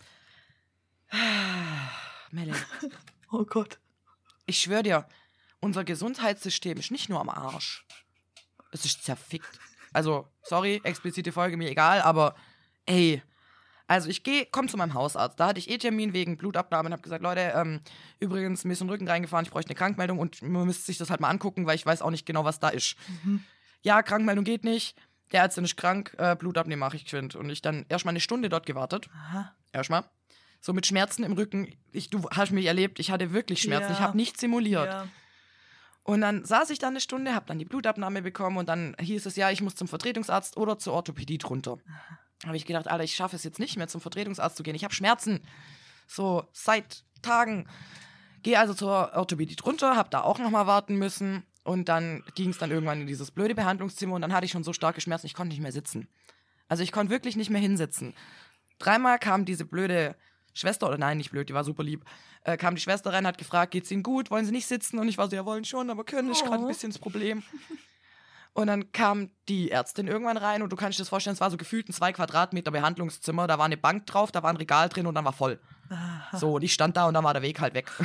Melle. Oh Gott. Ich schwöre dir, unser Gesundheitssystem ist nicht nur am Arsch. Es ist zerfickt. Also, sorry, explizite Folge, mir egal, aber ey. Also ich komme zu meinem Hausarzt. Da hatte ich Termin wegen Blutabnahme und habe gesagt, Leute, übrigens, mir ist in den Rücken reingefahren, ich bräuchte eine Krankmeldung und man müsste sich das halt mal angucken, weil ich weiß auch nicht genau, was da ist. Ja, Krankmeldung geht nicht, der Ärztin ist krank, Blut abnehmen mache ich geschwind. Und ich dann erstmal eine Stunde dort gewartet. Erstmal. So mit Schmerzen im Rücken. Du hast mich erlebt, ich hatte wirklich Schmerzen, ich habe nicht simuliert. Ja. Und dann saß ich da eine Stunde, habe dann die Blutabnahme bekommen und dann hieß es, ja, ich muss zum Vertretungsarzt oder zur Orthopädie drunter. Habe ich gedacht, Alter, ich schaffe es jetzt nicht mehr zum Vertretungsarzt zu gehen. Ich habe Schmerzen. So, seit Tagen. Gehe also zur Orthopädie drunter, habe da auch nochmal warten müssen. Und dann ging es dann irgendwann in dieses blöde Behandlungszimmer und dann hatte ich schon so starke Schmerzen, ich konnte nicht mehr sitzen. Also ich konnte wirklich nicht mehr hinsitzen. 3-mal kam diese blöde Schwester, oder nein, nicht blöd, die war super lieb, kam die Schwester rein, hat gefragt, geht's Ihnen gut, wollen Sie nicht sitzen? Und ich war so, ja, wollen schon, aber können ist gerade ein bisschen das Problem. Und dann kam die Ärztin irgendwann rein und du kannst dir das vorstellen, es war so gefühlt ein 2 Quadratmeter Behandlungszimmer, da war eine Bank drauf, da war ein Regal drin und dann war voll. Aha. So, und ich stand da und dann war der Weg halt weg.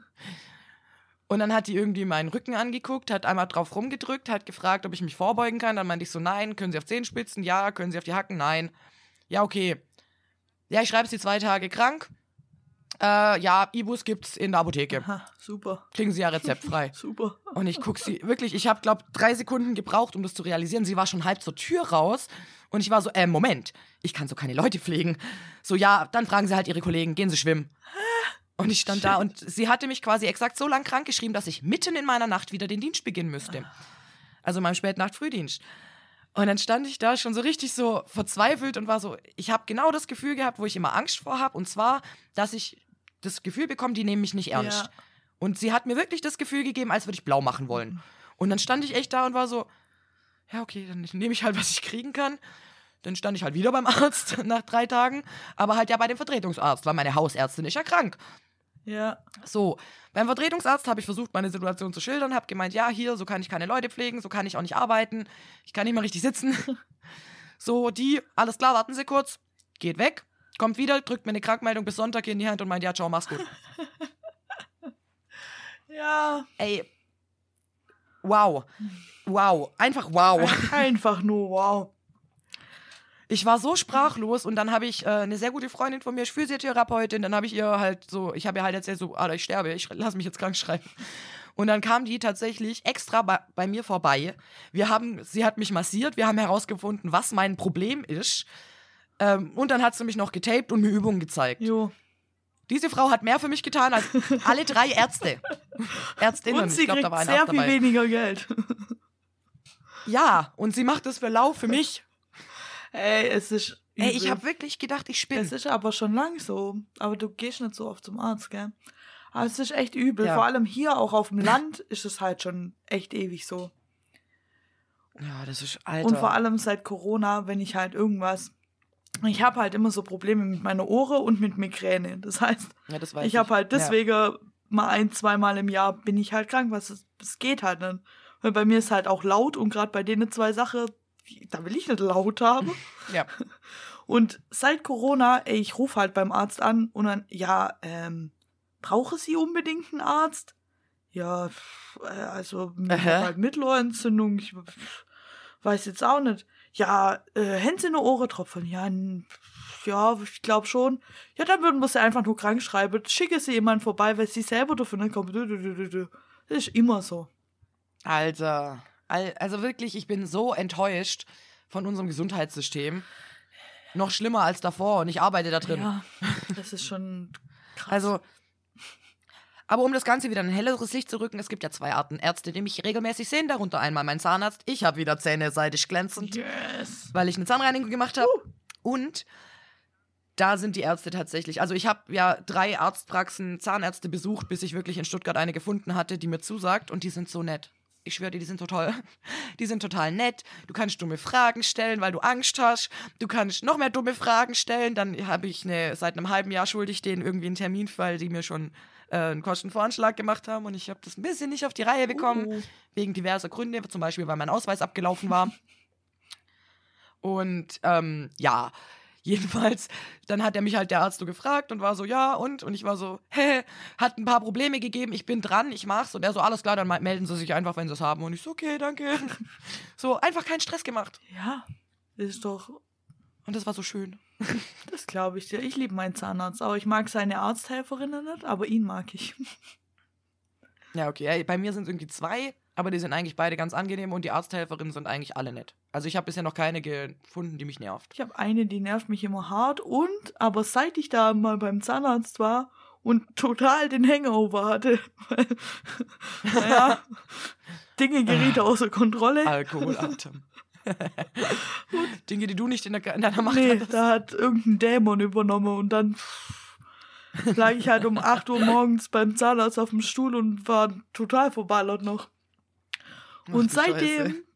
Und dann hat die irgendwie meinen Rücken angeguckt, hat einmal drauf rumgedrückt, hat gefragt, ob ich mich vorbeugen kann. Dann meinte ich so, nein. Können Sie auf Zehenspitzen? Ja. Können Sie auf die Hacken? Nein. Ja, okay. Ja, ich schreibe Sie 2 Tage krank. Ja, Ibus gibt's in der Apotheke. Aha, super. Kriegen Sie ja rezeptfrei. Super. Und ich guck sie, wirklich, ich habe, glaube 3 Sekunden gebraucht, um das zu realisieren. Sie war schon halb zur Tür raus. Und ich war so, Moment, ich kann so keine Leute pflegen. So, ja, dann fragen Sie halt Ihre Kollegen, gehen Sie schwimmen. Und ich stand da und sie hatte mich quasi exakt so lang krank geschrieben, dass ich mitten in meiner Nacht wieder den Dienst beginnen müsste. Also meinem Spätnacht-Frühdienst. Und dann stand ich da schon so richtig so verzweifelt und war so, ich habe genau das Gefühl gehabt, wo ich immer Angst vor habe. Und zwar, dass ich das Gefühl bekomme, die nehmen mich nicht ernst. Ja. Und sie hat mir wirklich das Gefühl gegeben, als würde ich blau machen wollen. Und dann stand ich echt da und war so, ja okay, dann nehme ich halt, was ich kriegen kann. Dann stand ich halt wieder beim Arzt nach 3 Tagen, aber halt ja bei dem Vertretungsarzt, weil meine Hausärztin ist ja krank. Ja. So, beim Vertretungsarzt habe ich versucht, meine Situation zu schildern, habe gemeint, ja, hier, so kann ich keine Leute pflegen, so kann ich auch nicht arbeiten, ich kann nicht mal richtig sitzen. So, alles klar, warten Sie kurz, geht weg, kommt wieder, drückt mir eine Krankmeldung bis Sonntag in die Hand und meint, ja, ciao, mach's gut. Ja. Ey, wow. Wow. Einfach wow. Einfach nur wow. Ich war so sprachlos und dann habe ich eine sehr gute Freundin von mir, Physiotherapeutin, dann habe ich ihr halt so, ich habe ihr halt erzählt so, ich sterbe, ich lasse mich jetzt krank schreiben. Und dann kam die tatsächlich extra bei mir vorbei. Sie hat mich massiert, wir haben herausgefunden, was mein Problem ist. Und dann hat sie mich noch getaped und mir Übungen gezeigt. Jo. Diese Frau hat mehr für mich getan als alle 3 Ärzte. Ärztinnen. Und sie ich glaub, kriegt da war ein sehr Arzt viel dabei. weniger Geld. Ja, und sie macht das für lau für mich. Ey, es ist übel. Ey, ich habe wirklich gedacht, ich spinne. Es ist aber schon lang so. Aber du gehst nicht so oft zum Arzt, gell? Aber es ist echt übel. Ja. Vor allem hier auch auf dem Land ist es halt schon echt ewig so. Ja, das ist, Alter. Und vor allem seit Corona, wenn ich halt irgendwas... Ich habe halt immer so Probleme mit meiner Ohren und mit Migräne. Das heißt, ja, das weiß ich habe halt Ja. deswegen mal 1-2 Mal im Jahr bin ich halt krank. Es geht halt nicht. Weil bei mir ist halt auch laut und gerade bei denen 2 Sachen, da will ich nicht laut haben. Ja. Und seit Corona, ey, ich rufe halt beim Arzt an und dann, ja, brauche Sie unbedingt einen Arzt? Ja, also ich hab halt Mittelohrentzündung, ich weiß jetzt auch nicht. Ja, haben Sie eine Ohrentropfen? Ja, ja, ich glaube schon. Ja, dann würden wir Sie einfach nur krank schreiben. Schicke Sie jemanden vorbei, weil Sie selber dafür nicht kommen. Das ist immer so. Alter. Also wirklich, ich bin so enttäuscht von unserem Gesundheitssystem. Noch schlimmer als davor und ich arbeite da drin. Ja, das ist schon krass. Also, aber um das Ganze wieder in ein helleres Licht zu rücken, es gibt ja 2 Arten Ärzte, die mich regelmäßig sehen, darunter einmal mein Zahnarzt. Ich habe wieder Zähne seidig glänzend, Yes. weil ich eine Zahnreinigung gemacht habe. Und da sind die Ärzte tatsächlich, also ich habe ja 3 Arztpraxen, Zahnärzte besucht, bis ich wirklich in Stuttgart eine gefunden hatte, die mir zusagt und die sind so nett. Ich schwöre dir, die sind so toll. Die sind total nett. Du kannst dumme Fragen stellen, weil du Angst hast. Du kannst noch mehr dumme Fragen stellen. Dann habe ich seit einem halben Jahr schuldig denen irgendwie einen Termin, weil die mir schon einen Kostenvoranschlag gemacht haben. Und ich habe das ein bisschen nicht auf die Reihe bekommen. Wegen diverser Gründe. Zum Beispiel, weil mein Ausweis abgelaufen war. Und ja, jedenfalls, dann hat er mich halt der Arzt so gefragt und war so, ja, und ich war so, hat ein paar Probleme gegeben, ich bin dran, ich mach's. Und er so, alles klar, dann melden Sie sich einfach, wenn Sie es haben. Und ich so, okay, danke. So, einfach keinen Stress gemacht. Ja, ist doch... Und das war so schön. Das glaube ich dir. Ich liebe meinen Zahnarzt, aber ich mag seine Arzthelferinnen nicht, aber ihn mag ich. Ja, okay, ey, bei mir sind es irgendwie 2, aber die sind eigentlich beide ganz angenehm und die Arzthelferinnen sind eigentlich alle nett. Also ich habe bisher noch keine gefunden, die mich nervt. Ich habe eine, die nervt mich immer hart aber seit ich da mal beim Zahnarzt war und total den Hangover hatte, weil, naja, Dinge gerieten außer Kontrolle. Alkoholatem. Dinge, die du nicht in deiner Macht Nee, hattest. da hat irgendein Dämon übernommen und dann lag ich halt um 8 Uhr morgens beim Zahnarzt auf dem Stuhl und war total verballert noch. Und Ach du seitdem, Scheiße.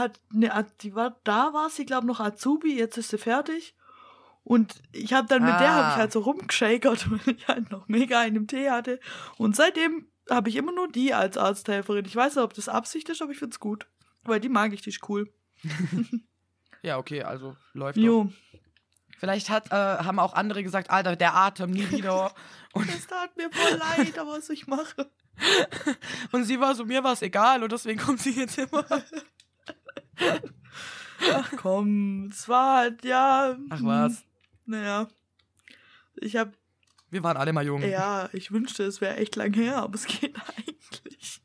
da war sie, glaube ich, noch Azubi, jetzt ist sie fertig. Und ich habe dann mit der habe ich halt so rumgeschakert, weil ich halt noch mega einen im Tee hatte. Und seitdem habe ich immer nur die als Arzthelferin. Ich weiß nicht, ob das Absicht ist, aber ich find's gut. Weil die mag ich, die ist cool. Ja, okay, also läuft doch. Jo. Vielleicht haben auch andere gesagt, Alter, der Atem, nie wieder. Das tat mir voll leid, aber was ich mache. Und sie war so, mir war es egal und deswegen kommt sie jetzt immer. Ach komm, es war halt, ja. Ach was. Naja. Wir waren alle mal jung. Ja, ich wünschte, es wäre echt lang her, aber es geht eigentlich.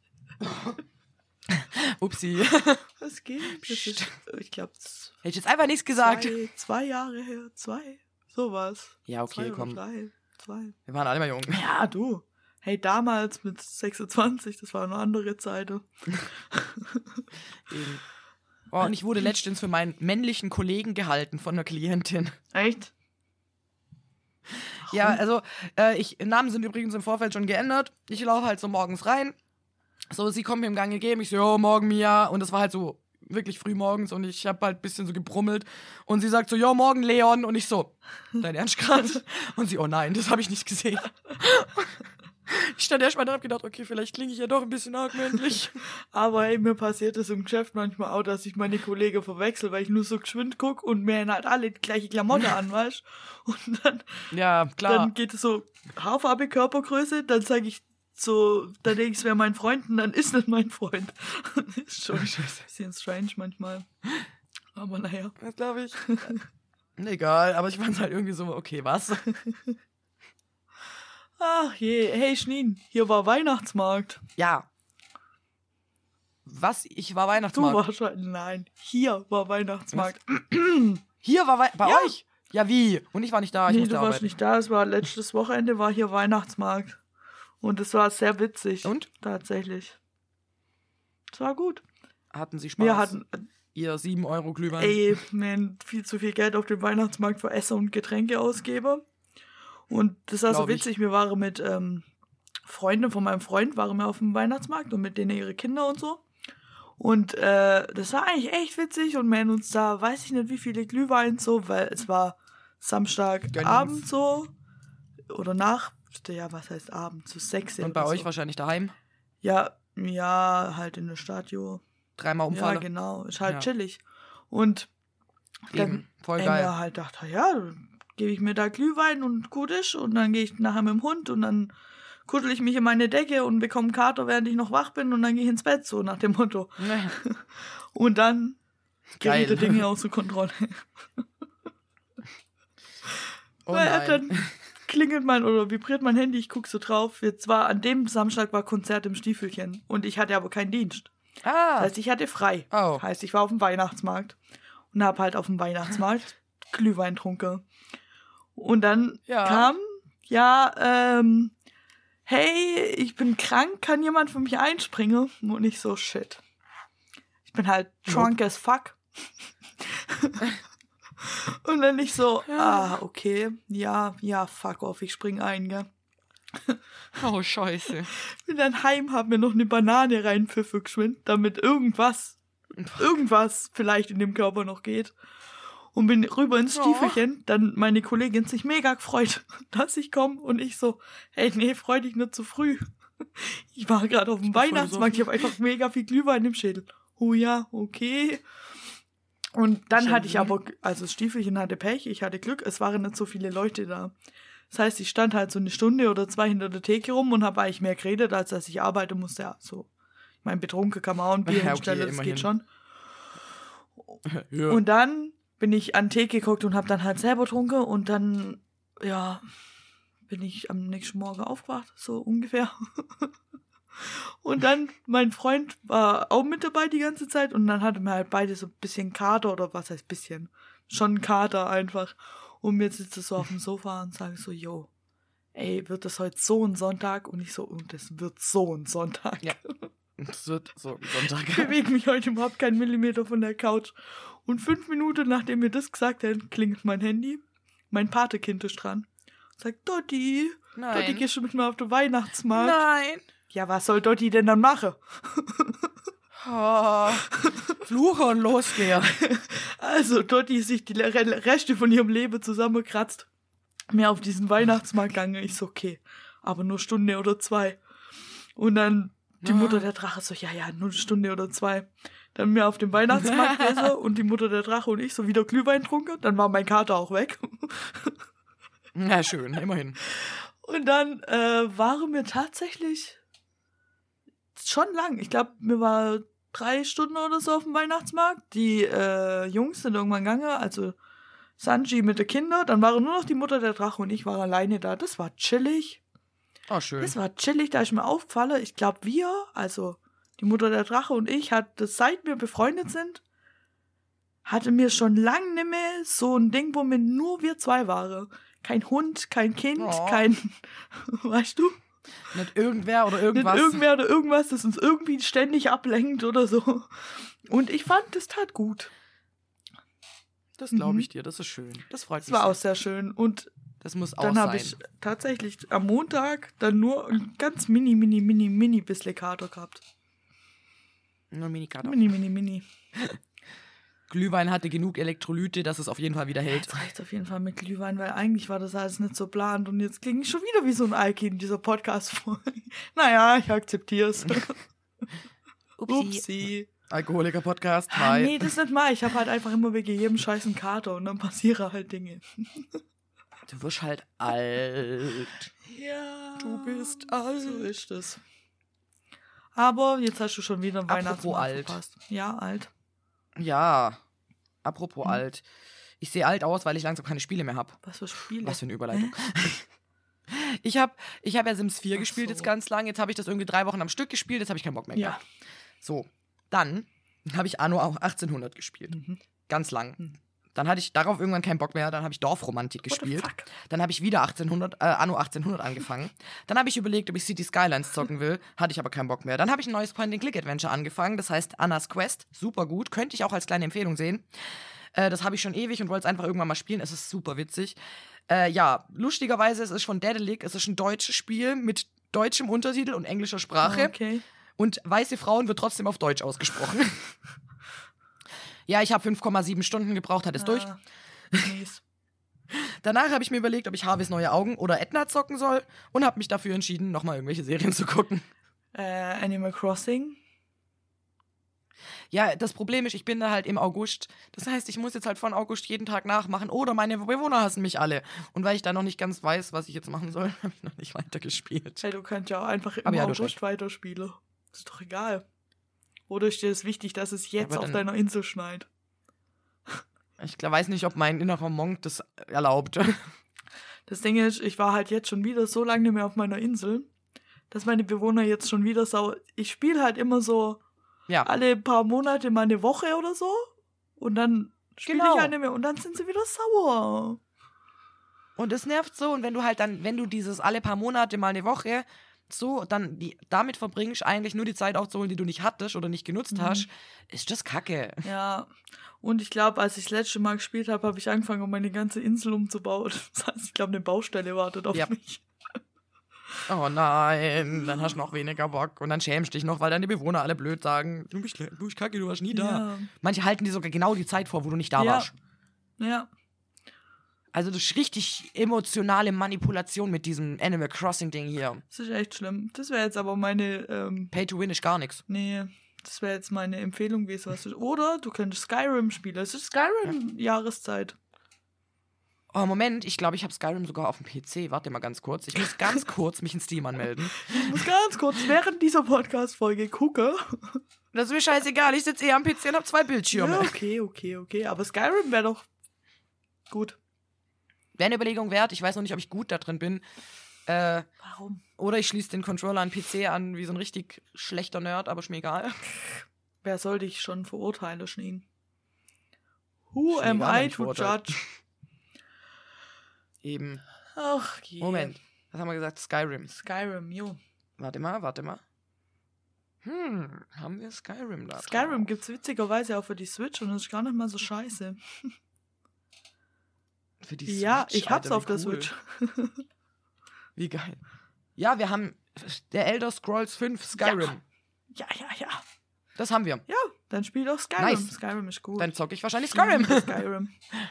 Upsi. Es geht. Das ist, ich glaube, Hätte ich jetzt einfach nichts gesagt. 2 Jahre her. 2. Sowas. Ja, okay, 2 oder komm. 3. 2. Wir waren alle mal jung. Ja, du. Hey, damals mit 26, das war eine andere Zeit. Eben. Oh, und ich wurde letztens für meinen männlichen Kollegen gehalten von einer Klientin. Echt? Ja, also, Namen sind übrigens im Vorfeld schon geändert. Ich laufe halt so morgens rein. So, sie kommt mir im Gang gegeben. Ich so, jo, morgen Mia. Und das war halt so wirklich früh morgens und ich habe halt ein bisschen so gebrummelt. Und sie sagt so, jo, morgen Leon. Und ich so, dein Ernst gerade? Und sie, oh nein, das habe ich nicht gesehen. Ich stand erst mal da und hab gedacht, okay, vielleicht klinge ich ja doch ein bisschen arg männlich. Aber hey, mir passiert es im Geschäft manchmal auch, dass ich meine Kollegen verwechsel, weil ich nur so geschwind gucke und mir halt alle die gleiche Klamotte an, weißt? Und dann, Ja, klar. dann geht es so Haarfarbe, Körpergröße, dann sage ich so, da denke ich, es wäre mein Freund und dann ist nicht mein Freund. Ist schon ein bisschen strange manchmal. Aber naja. Das glaube ich. Egal, aber ich fand es halt irgendwie so, okay, was? Ach je, hey Schneen, hier war Weihnachtsmarkt. Ja. Was? Ich war Du Weihnachtsmarkt. wahrscheinlich, nein, hier war Weihnachtsmarkt. Hier war bei Ja. euch? Ja, wie? Und ich war nicht da, ich Nee, musste du warst arbeiten. nicht da, es war letztes Wochenende, war hier Weihnachtsmarkt. Und es war sehr witzig. Und? Tatsächlich. Es war gut. Hatten Sie Spaß? Wir hatten, Ihr 7 Euro Glühwein? wir haben viel zu viel Geld auf dem Weihnachtsmarkt für Essen und Getränke ausgeben. Und das war so Glaub ich. witzig, wir waren mit Freunden von meinem Freund, waren wir auf dem Weihnachtsmarkt und mit denen ihre Kinder und so. Und das war eigentlich echt witzig und wir haben uns da, weiß ich nicht, wie viele Glühwein so, weil es war Samstagabend so oder ja, was heißt Abend, so 6 Und bei oder euch so. wahrscheinlich daheim? Ja, halt in der Stadt, jo. 3-mal Umfalle? Ja, genau, ist halt Ja. chillig. Und dann Eben, voll ey, geil. mir halt dachte, ja, dann gebe ich mir da Glühwein und gut ist und dann gehe ich nachher mit dem Hund und dann kuddel ich mich in meine Decke und bekomme einen Kater, während ich noch wach bin und dann gehe ich ins Bett, so nach dem Motto. Nee. Und dann Geil. gerieten Dinge außer Kontrolle. Oh Weil nein. dann klingelt oder vibriert mein Handy, ich gucke so drauf. Jetzt war an dem Samstag war Konzert im Stiefelchen und ich hatte aber keinen Dienst. Das Ah, heißt, ich hatte frei. oh. Heißt, ich war auf dem Weihnachtsmarkt und habe halt auf dem Weihnachtsmarkt Glühwein getrunken. Und dann Ja. kam, hey, ich bin krank, kann jemand für mich einspringen? Und ich so, shit. Ich bin halt drunk as fuck. Und dann ich so, okay, ja, fuck off, ich spring ein, gell. Oh, scheiße. Bin dann heim, hab mir noch eine Banane reinpfiffe geschwind, damit irgendwas vielleicht in dem Körper noch geht. Und bin rüber ins Stiefelchen, dann meine Kollegin sich mega gefreut, dass ich komme und ich so, hey, nee, freu dich nicht zu früh. Ich war gerade auf dem bin voll Weihnachtsmarkt, ich habe einfach mega viel Glühwein im Schädel. Oh ja, okay. Und dann hatte ich aber, also das Stiefelchen hatte Pech, ich hatte Glück, es waren nicht so viele Leute da. Das heißt, ich stand halt so eine Stunde oder 2 hinter der Theke rum und habe eigentlich mehr geredet, als dass ich arbeiten musste. Ja, so. Ich meine, betrunken kann man auch ein Bier Ja, okay, hinstellen, das immerhin. geht schon. Ja. Und dann bin ich an die Theke geguckt und habe dann halt selber getrunken und dann, ja, bin ich am nächsten Morgen aufgewacht, so ungefähr. Und dann, mein Freund war auch mit dabei die ganze Zeit und dann hatten wir halt beide so ein bisschen Kater oder was heißt bisschen, schon Kater einfach. Und wir sitzen so auf dem Sofa und sagen so, yo, ey, wird das heute so ein Sonntag? Und ich so, und es wird so ein Sonntag. Ja. Das wird so Sonntag. Ich bewege mich heute überhaupt keinen Millimeter von der Couch. Und 5 Minuten, nachdem wir das gesagt haben, klingelt mein Handy. Mein Patekind ist dran. Sagt, Dotti, Dotti, Nein. gehst du mit mir auf den Weihnachtsmarkt? Nein. Ja, was soll Dotti denn dann machen? Oh. Fluche und losgehe. Also, Dotti ist sich die Reste von ihrem Leben zusammengekratzt. Mir auf diesen Weihnachtsmarkt gegangen. Ich so, okay, aber nur Stunde oder 2. Und dann die Mutter der Drache so, ja, nur eine Stunde oder 2. Dann mir auf dem Weihnachtsmarkt gewesen und die Mutter der Drache und ich so wieder Glühwein trunken. Dann war mein Kater auch weg. Na schön, immerhin. Und dann waren wir tatsächlich schon lang. Ich glaube, mir war 3 Stunden oder so auf dem Weihnachtsmarkt. Die Jungs sind irgendwann gegangen, also Sanji mit den Kindern. Dann waren nur noch die Mutter der Drache und ich war alleine da. Das war chillig. Oh, schön. Das war chillig, da ist mir aufgefallen. Ich glaube, wir, also die Mutter der Drache und ich, seit wir befreundet sind, hatte mir schon lang nicht mehr so ein Ding, wo wir nur wir 2 waren. Kein Hund, kein Kind, kein, weißt du? Nicht irgendwer oder irgendwas. Nicht irgendwer oder irgendwas, das uns irgendwie ständig ablenkt oder so. Und ich fand, das tat gut. Das glaube ich dir, das ist schön. Das freut Das mich. war sehr. auch sehr schön. Und Das muss auch dann habe sein. ich tatsächlich am Montag dann nur ein ganz mini bisschen Kater gehabt. Nur Minikater. Mini. Glühwein hatte genug Elektrolyte, dass es auf jeden Fall wieder hält. Jetzt reicht auf jeden Fall mit Glühwein, weil eigentlich war das alles nicht so plant und jetzt klinge ich schon wieder wie so ein Alki in dieser Podcast-Folge. Naja, ich akzeptiere es. Upsi. Alkoholiker-Podcast. Ah, nee, das ist nicht mal. Ich habe halt einfach immer wegen jedem scheißen Kater und dann passieren halt Dinge. Du wirst halt alt. Ja. Du bist alt. So ist es. Aber jetzt hast du schon wieder einen Apropos Weihnachtsmarkt alt. verpasst. Ja, alt. Ja, apropos alt. Ich sehe alt aus, weil ich langsam keine Spiele mehr habe. Was für Spiele? Was für eine Überleitung. Ich hab ja Sims 4 gespielt jetzt ganz lang. Jetzt habe ich das irgendwie 3 Wochen am Stück gespielt. Jetzt habe ich keinen Bock mehr Ja. gehabt. So, dann habe ich Anno 1800 gespielt. Ganz lang. Dann hatte ich darauf irgendwann keinen Bock mehr. Dann habe ich Dorfromantik gespielt. What the fuck? Dann habe ich wieder Anno 1800 angefangen. Dann habe ich überlegt, ob ich City Skylines zocken will. Hatte ich aber keinen Bock mehr. Dann habe ich ein neues Point-and-Click-Adventure angefangen. Das heißt Annas Quest. Super gut. Könnte ich auch als kleine Empfehlung sehen. Das habe ich schon ewig und wollte es einfach irgendwann mal spielen. Es ist super witzig. Ja, lustigerweise, es ist von Daedalic. Es ist ein deutsches Spiel mit deutschem Untertitel und englischer Sprache. Okay. Und weiße Frauen wird trotzdem auf Deutsch ausgesprochen. Ja, ich habe 5,7 Stunden gebraucht, hat es durch. Mies. Danach habe ich mir überlegt, ob ich Harveys neue Augen oder Edna zocken soll und habe mich dafür entschieden, nochmal irgendwelche Serien zu gucken. Animal Crossing. Ja, das Problem ist, ich bin da halt im August. Das heißt, ich muss jetzt halt von August jeden Tag nachmachen oder meine Bewohner hassen mich alle. Und weil ich da noch nicht ganz weiß, was ich jetzt machen soll, habe ich noch nicht weitergespielt. Hey, du kannst ja auch einfach im Aber ja, du hast August recht. weiterspielen. Ist doch egal. Oder ist dir es wichtig, dass es jetzt Aber auf dann- deiner Insel schneit? Ich weiß nicht, ob mein innerer Monk das erlaubt. Das Ding ist, ich war halt jetzt schon wieder so lange nicht mehr auf meiner Insel, dass meine Bewohner jetzt schon wieder sauer. Ich spiele halt immer so Ja, alle paar Monate mal eine Woche oder so. Und dann spiele Genau. ich halt nicht mehr. Und dann sind sie wieder sauer. und es nervt so. Und wenn du halt dann, wenn du dieses alle paar Monate mal eine Woche so dann damit verbringst, eigentlich nur die Zeit aufzuholen, die du nicht hattest oder nicht genutzt hast, ist das Kacke. Ja. Und ich glaube, als ich das letzte Mal gespielt habe, habe ich angefangen, um meine ganze Insel umzubauen. Das heißt, ich glaube, eine Baustelle wartet auf Ja. mich. Oh nein, dann hast du noch weniger Bock und dann schämst dich noch, weil deine Bewohner alle blöd sagen, du bist kacke, du warst nie da. Ja. Manche halten dir sogar genau die Zeit vor, wo du nicht da Ja. warst. Ja. Also das ist richtig emotionale Manipulation mit diesem Animal Crossing Ding hier. Das ist echt schlimm. Das wäre jetzt aber meine, Pay to win ist gar nichts. nee, das wäre jetzt meine Empfehlung gewesen. Was du, oder du könntest Skyrim spielen. Es ist Skyrim-Jahreszeit. Oh, Moment, ich glaube, ich habe Skyrim sogar auf dem PC. Warte mal ganz kurz. Ich muss ganz kurz mich in Steam anmelden. Ich muss ganz kurz während dieser Podcast-Folge gucken. Das ist mir scheißegal, ich sitze am PC und habe 2 Bildschirme. Ja, okay. Aber Skyrim wäre doch gut. Wäre eine Überlegung wert. Ich weiß noch nicht, ob ich gut da drin bin. Warum? Oder ich schließe den Controller an den PC an, wie so ein richtig schlechter Nerd, aber ist mir egal. Wer soll dich schon verurteilen, Schneen? Who Schnee am gar I nicht to verurteilt. judge? Eben. Ach, je. Moment. Was haben wir gesagt? Skyrim. Skyrim, jo. Warte mal. Haben wir Skyrim da? Skyrim gibt's witzigerweise auch für die Switch und das ist gar nicht mal so scheiße. Für die Ja, Switch, ich hab's Alter, auf wie der cool. Switch. Wie geil. Ja, wir haben der Elder Scrolls 5 Skyrim. Ja. Das haben wir. Ja, dann spiel doch Skyrim. Nice. Skyrim ist gut. Dann zocke ich wahrscheinlich Ich Skyrim. liebe Skyrim.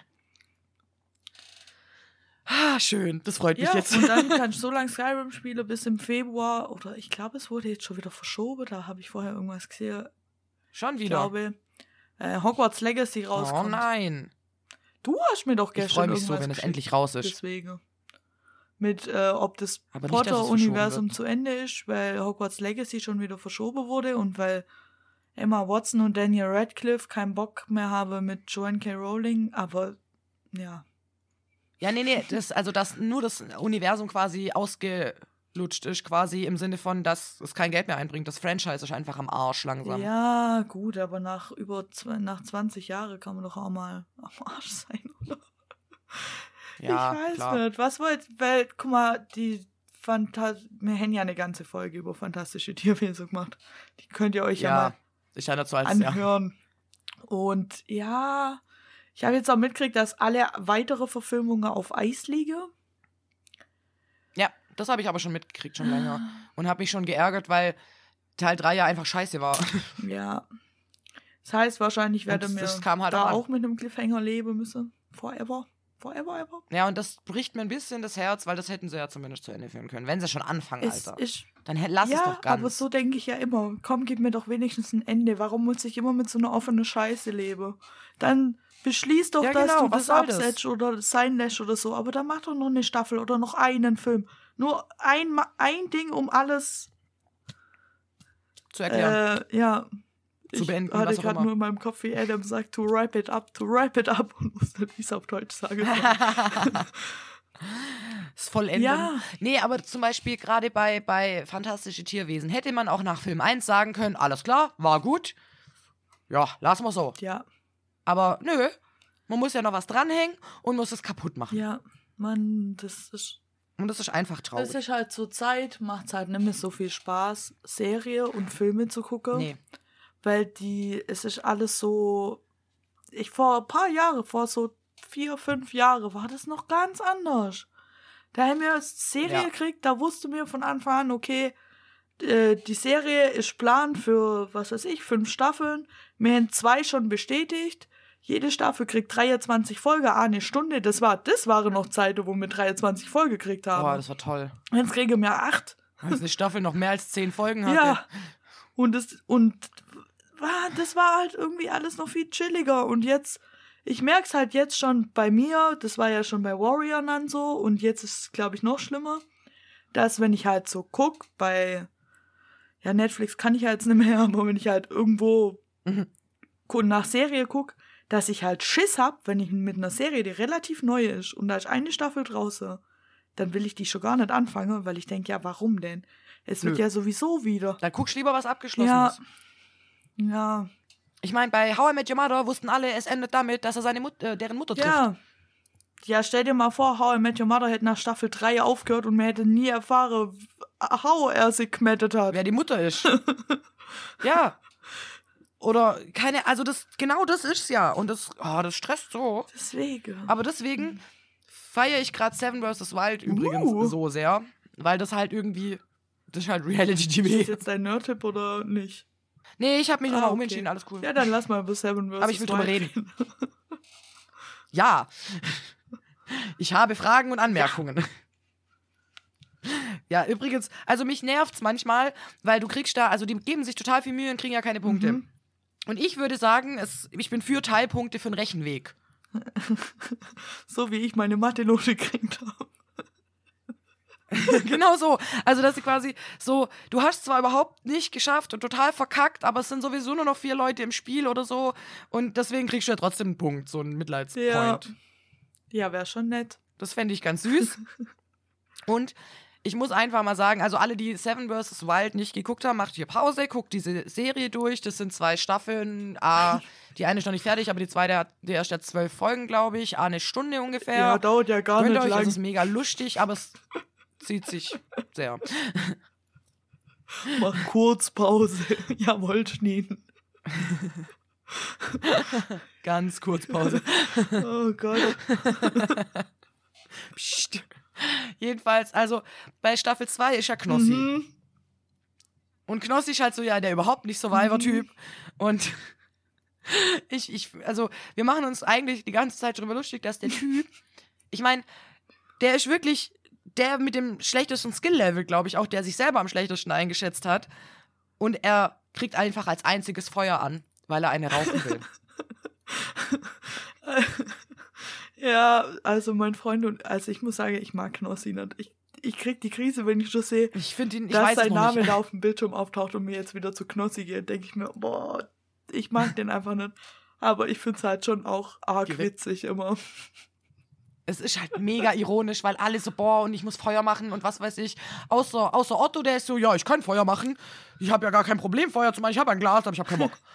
Ah, schön. Das freut mich Ja, jetzt. und dann kannst du so lange Skyrim spielen bis im Februar. Oder ich glaube, es wurde jetzt schon wieder verschoben. Da habe ich vorher irgendwas gesehen. Schon Ich wieder. glaube, Hogwarts Legacy Oh rauskommt. nein. Du hast mir doch Ich gestern freue mich so, irgendwas wenn es geschickt. endlich raus ist. Deswegen. Mit, ob das Aber nicht, dass es verschoben Potter-Universum wird. zu Ende ist, weil Hogwarts Legacy schon wieder verschoben wurde und weil Emma Watson und Daniel Radcliffe keinen Bock mehr haben mit Joanne K. Rowling. Aber, ja. Ja, nee, dass nur das Universum quasi ausgelutscht ist, quasi im Sinne von, dass es kein Geld mehr einbringt. Das Franchise ist einfach am Arsch langsam. Ja, gut, aber nach 20 Jahren kann man doch auch mal am Arsch sein, oder? Ja, ich weiß klar. nicht. Was wollt, weil, guck mal, wir haben ja eine ganze Folge über fantastische Tierwesen gemacht. Die könnt ihr euch ja Ja, mal ich scheine dazu als, ja. anhören. Und ja, ich habe jetzt auch mitgekriegt, dass alle weitere Verfilmungen auf Eis liegen. Ja, das habe ich aber schon mitgekriegt, schon länger. Und habe mich schon geärgert, weil Teil 3 ja einfach scheiße war. Ja. Das heißt, wahrscheinlich werde Und mir das kam halt da auch an. auch mit einem Cliffhanger leben müssen. Forever. Forever ever. Ja, und das bricht mir ein bisschen das Herz, weil das hätten sie ja zumindest zu Ende führen können. Wenn sie schon anfangen, Alter. Dann lass es doch ganz. Aber so denke ich ja immer. Komm, gib mir doch wenigstens ein Ende. Warum muss ich immer mit so einer offenen Scheiße leben? Dann beschließ doch, dass du das absetzt oder sein lässt oder so. Aber dann mach doch noch eine Staffel oder noch einen Film. Nur ein Ding, um alles zu erklären. Zu beenden, ich hatte gerade nur in meinem Kopf, wie Adam sagt, to wrap it up und wusste nicht, wie es auf Deutsch sagen soll. Das Vollenden. Ja. Nee, aber zum Beispiel gerade bei Fantastische Tierwesen hätte man auch nach Film 1 sagen können, alles klar, war gut. Ja, lassen wir so. Ja. Aber nö, man muss ja noch was dranhängen und muss es kaputt machen. Ja, Mann, das ist... Und das ist einfach traurig. Das ist halt zur Zeit, macht es halt nicht mehr so viel Spaß, Serie und Filme zu gucken. Nee. Weil es ist alles so... Vor ein paar Jahren, vor so 4, 5 Jahren, war das noch ganz anders. Da haben wir eine Serie gekriegt, da wusste mir von Anfang an, okay, die Serie ist Plan für, 5 Staffeln. Wir haben 2 schon bestätigt. Jede Staffel kriegt 23 Folgen, eine Stunde. Das waren noch Zeiten, wo wir 23 Folgen gekriegt haben. Boah, das war toll. Jetzt kriegen wir 8. Weil eine Staffel noch mehr als 10 Folgen hatte. Ja, und das war halt irgendwie alles noch viel chilliger. Und jetzt, ich merke es halt jetzt schon bei mir, das war ja schon bei Warrior dann so, und jetzt ist es, glaube ich, noch schlimmer, dass wenn ich halt so gucke, Netflix kann ich ja jetzt nicht mehr, aber wenn ich halt irgendwo nach Serie gucke, dass ich halt Schiss hab, wenn ich mit einer Serie, die relativ neu ist, und da ist eine Staffel draußen, dann will ich die schon gar nicht anfangen, weil ich denke, ja, warum denn? Es wird ja sowieso wieder. Dann guckst du lieber was Abgeschlossenes. Ja. Ich meine, bei How I Met Your Mother wussten alle, es endet damit, dass er deren Mutter trifft. Ja, stell dir mal vor, How I Met Your Mother hätte nach Staffel 3 aufgehört und man hätte nie erfahren, how er sich gemettet hat. Wer die Mutter ist. Ja. Oder also das ist's ja. Und das stresst so. Deswegen. Aber deswegen feiere ich gerade Seven vs. Wild übrigens so sehr, weil das halt irgendwie, das ist halt Reality-TV. Ist das jetzt dein Nerd-Tipp oder nicht? Nee, ich habe mich nochmal umentschieden, alles cool. Ja, dann lass mal über Seven vs. Wild. Aber ich will drüber reden. Ja. Ich habe Fragen und Anmerkungen. Ja, übrigens, also mich nervt's manchmal, weil du kriegst die geben sich total viel Mühe und kriegen ja keine Punkte. Und ich würde sagen, ich bin für Teilpunkte für einen Rechenweg. So wie ich meine Mathe-Note gekriegt habe. Genau so. Also, dass sie quasi so, du hast zwar überhaupt nicht geschafft und total verkackt, aber es sind sowieso nur noch 4 Leute im Spiel oder so und deswegen kriegst du ja trotzdem einen Punkt, so einen Mitleidspoint. Ja, wäre schon nett. Das fände ich ganz süß. Und ich muss einfach mal sagen, also alle, die Seven vs. Wild nicht geguckt haben, macht hier Pause, guckt diese Serie durch. Das sind 2 Staffeln. Die eine ist noch nicht fertig, aber die zweite hat erst 12 Folgen, glaube ich. eine Stunde ungefähr. Ja, dauert ja gar nicht lang. Das ist mega lustig, aber es zieht sich sehr. Mach kurz Pause. Jawohl, Schneen. Ganz kurz Pause. Oh Gott. Psst. Jedenfalls, also bei Staffel 2 ist ja Knossi. Und Knossi ist halt so, ja, der überhaupt nicht Survivor-Typ. Und wir machen uns eigentlich die ganze Zeit darüber lustig, dass der Typ, ich meine, der ist wirklich der mit dem schlechtesten Skill-Level, glaube ich, auch der sich selber am schlechtesten eingeschätzt hat. Und er kriegt einfach als einziges Feuer an, weil er eine rauchen will. Ja, also mein Freund ich muss sagen, ich mag Knossi nicht. Ich krieg die Krise, wenn ich schon sehe, dass sein Name da auf dem Bildschirm auftaucht und mir jetzt wieder zu Knossi geht, denke ich mir, boah, ich mag den einfach nicht. Aber ich finde es halt schon auch arg witzig immer. Es ist halt mega ironisch, weil alle so, boah, und ich muss Feuer machen und was weiß ich. Außer Otto, der ist so, ja, ich kann Feuer machen. Ich habe ja gar kein Problem, Feuer zu machen. Ich habe ein Glas, aber ich habe keinen Bock.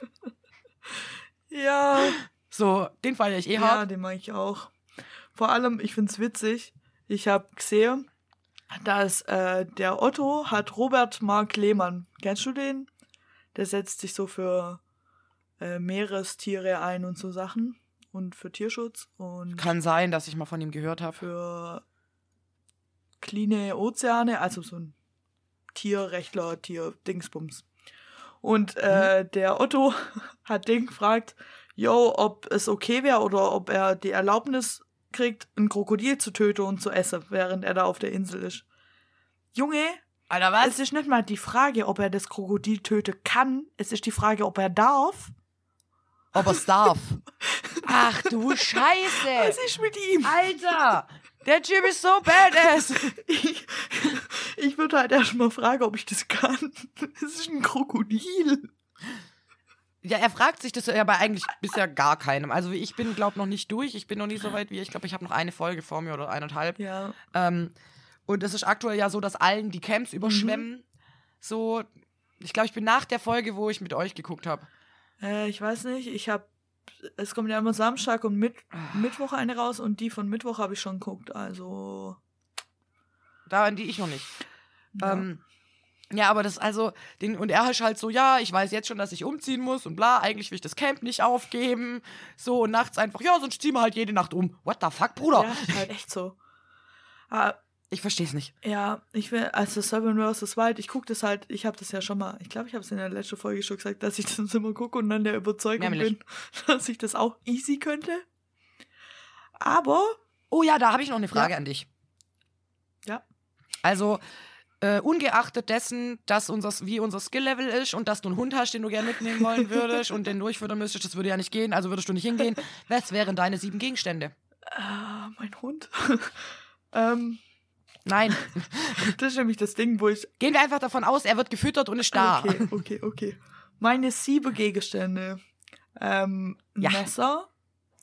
Ja. So, den feiere ich hart. Ja, den mag ich auch. Vor allem, ich find's witzig, ich habe gesehen, dass der Otto hat Robert Mark Lehmann. Kennst du den? Der setzt sich so für Meerestiere ein und so Sachen. Und für Tierschutz. Und kann sein, dass ich mal von ihm gehört habe. Für cleane Ozeane, also so ein Tierrechtler, Tier-Dingsbums. Und der Otto hat den gefragt, ob es okay wäre oder ob er die Erlaubnis kriegt, ein Krokodil zu töten und zu essen, während er da auf der Insel ist. Junge, Alter, was? es ist nicht mal die Frage, ob er das Krokodil töten kann, es ist die Frage, ob er darf. Ob er's darf. Ach du Scheiße. Was ist mit ihm? Alter, der Typ ist so badass. Ich würde halt erstmal fragen, ob ich das kann. Es ist ein Krokodil. Ja, er fragt sich das aber eigentlich bisher gar keinem. Also ich bin, glaube noch nicht durch. Ich bin noch nicht so weit wie ich glaube, ich habe noch eine Folge vor mir oder 1,5. Ja. Und es ist aktuell ja so, dass allen die Camps überschwemmen. So, ich glaube, ich bin nach der Folge, wo ich mit euch geguckt habe. Ich weiß nicht, es kommt ja immer Samstag und Mittwoch eine raus und die von Mittwoch habe ich schon geguckt, also. Da an die ich noch nicht. Ja. Ja, aber das und er ist halt so, ja, ich weiß jetzt schon, dass ich umziehen muss und bla, eigentlich will ich das Camp nicht aufgeben. So, und nachts einfach, ja, sonst ziehen wir halt jede Nacht um. What the fuck, Bruder? Ja, ist halt echt so. Aber, ich verstehe es nicht. ja, also Seven vs. Wild, ich gucke das halt, ich habe das ja schon mal, ich glaube, ich habe es in der letzten Folge schon gesagt, dass ich das immer gucke und dann der Überzeugung bin, dass ich das auch easy könnte. Aber. Oh ja, da habe ich noch eine Frage an dich. Ja. Also, ungeachtet dessen, dass wie unser Skill-Level ist und dass du einen Hund hast, den du gerne mitnehmen wollen würdest und den durchfüttern müsstest, das würde ja nicht gehen, also würdest du nicht hingehen. Was wären deine 7 Gegenstände? Mein Hund. Nein. Das ist nämlich das Ding, wo ich. Gehen wir einfach davon aus, er wird gefüttert und ist da. Okay. Meine 7 Gegenstände. Messer.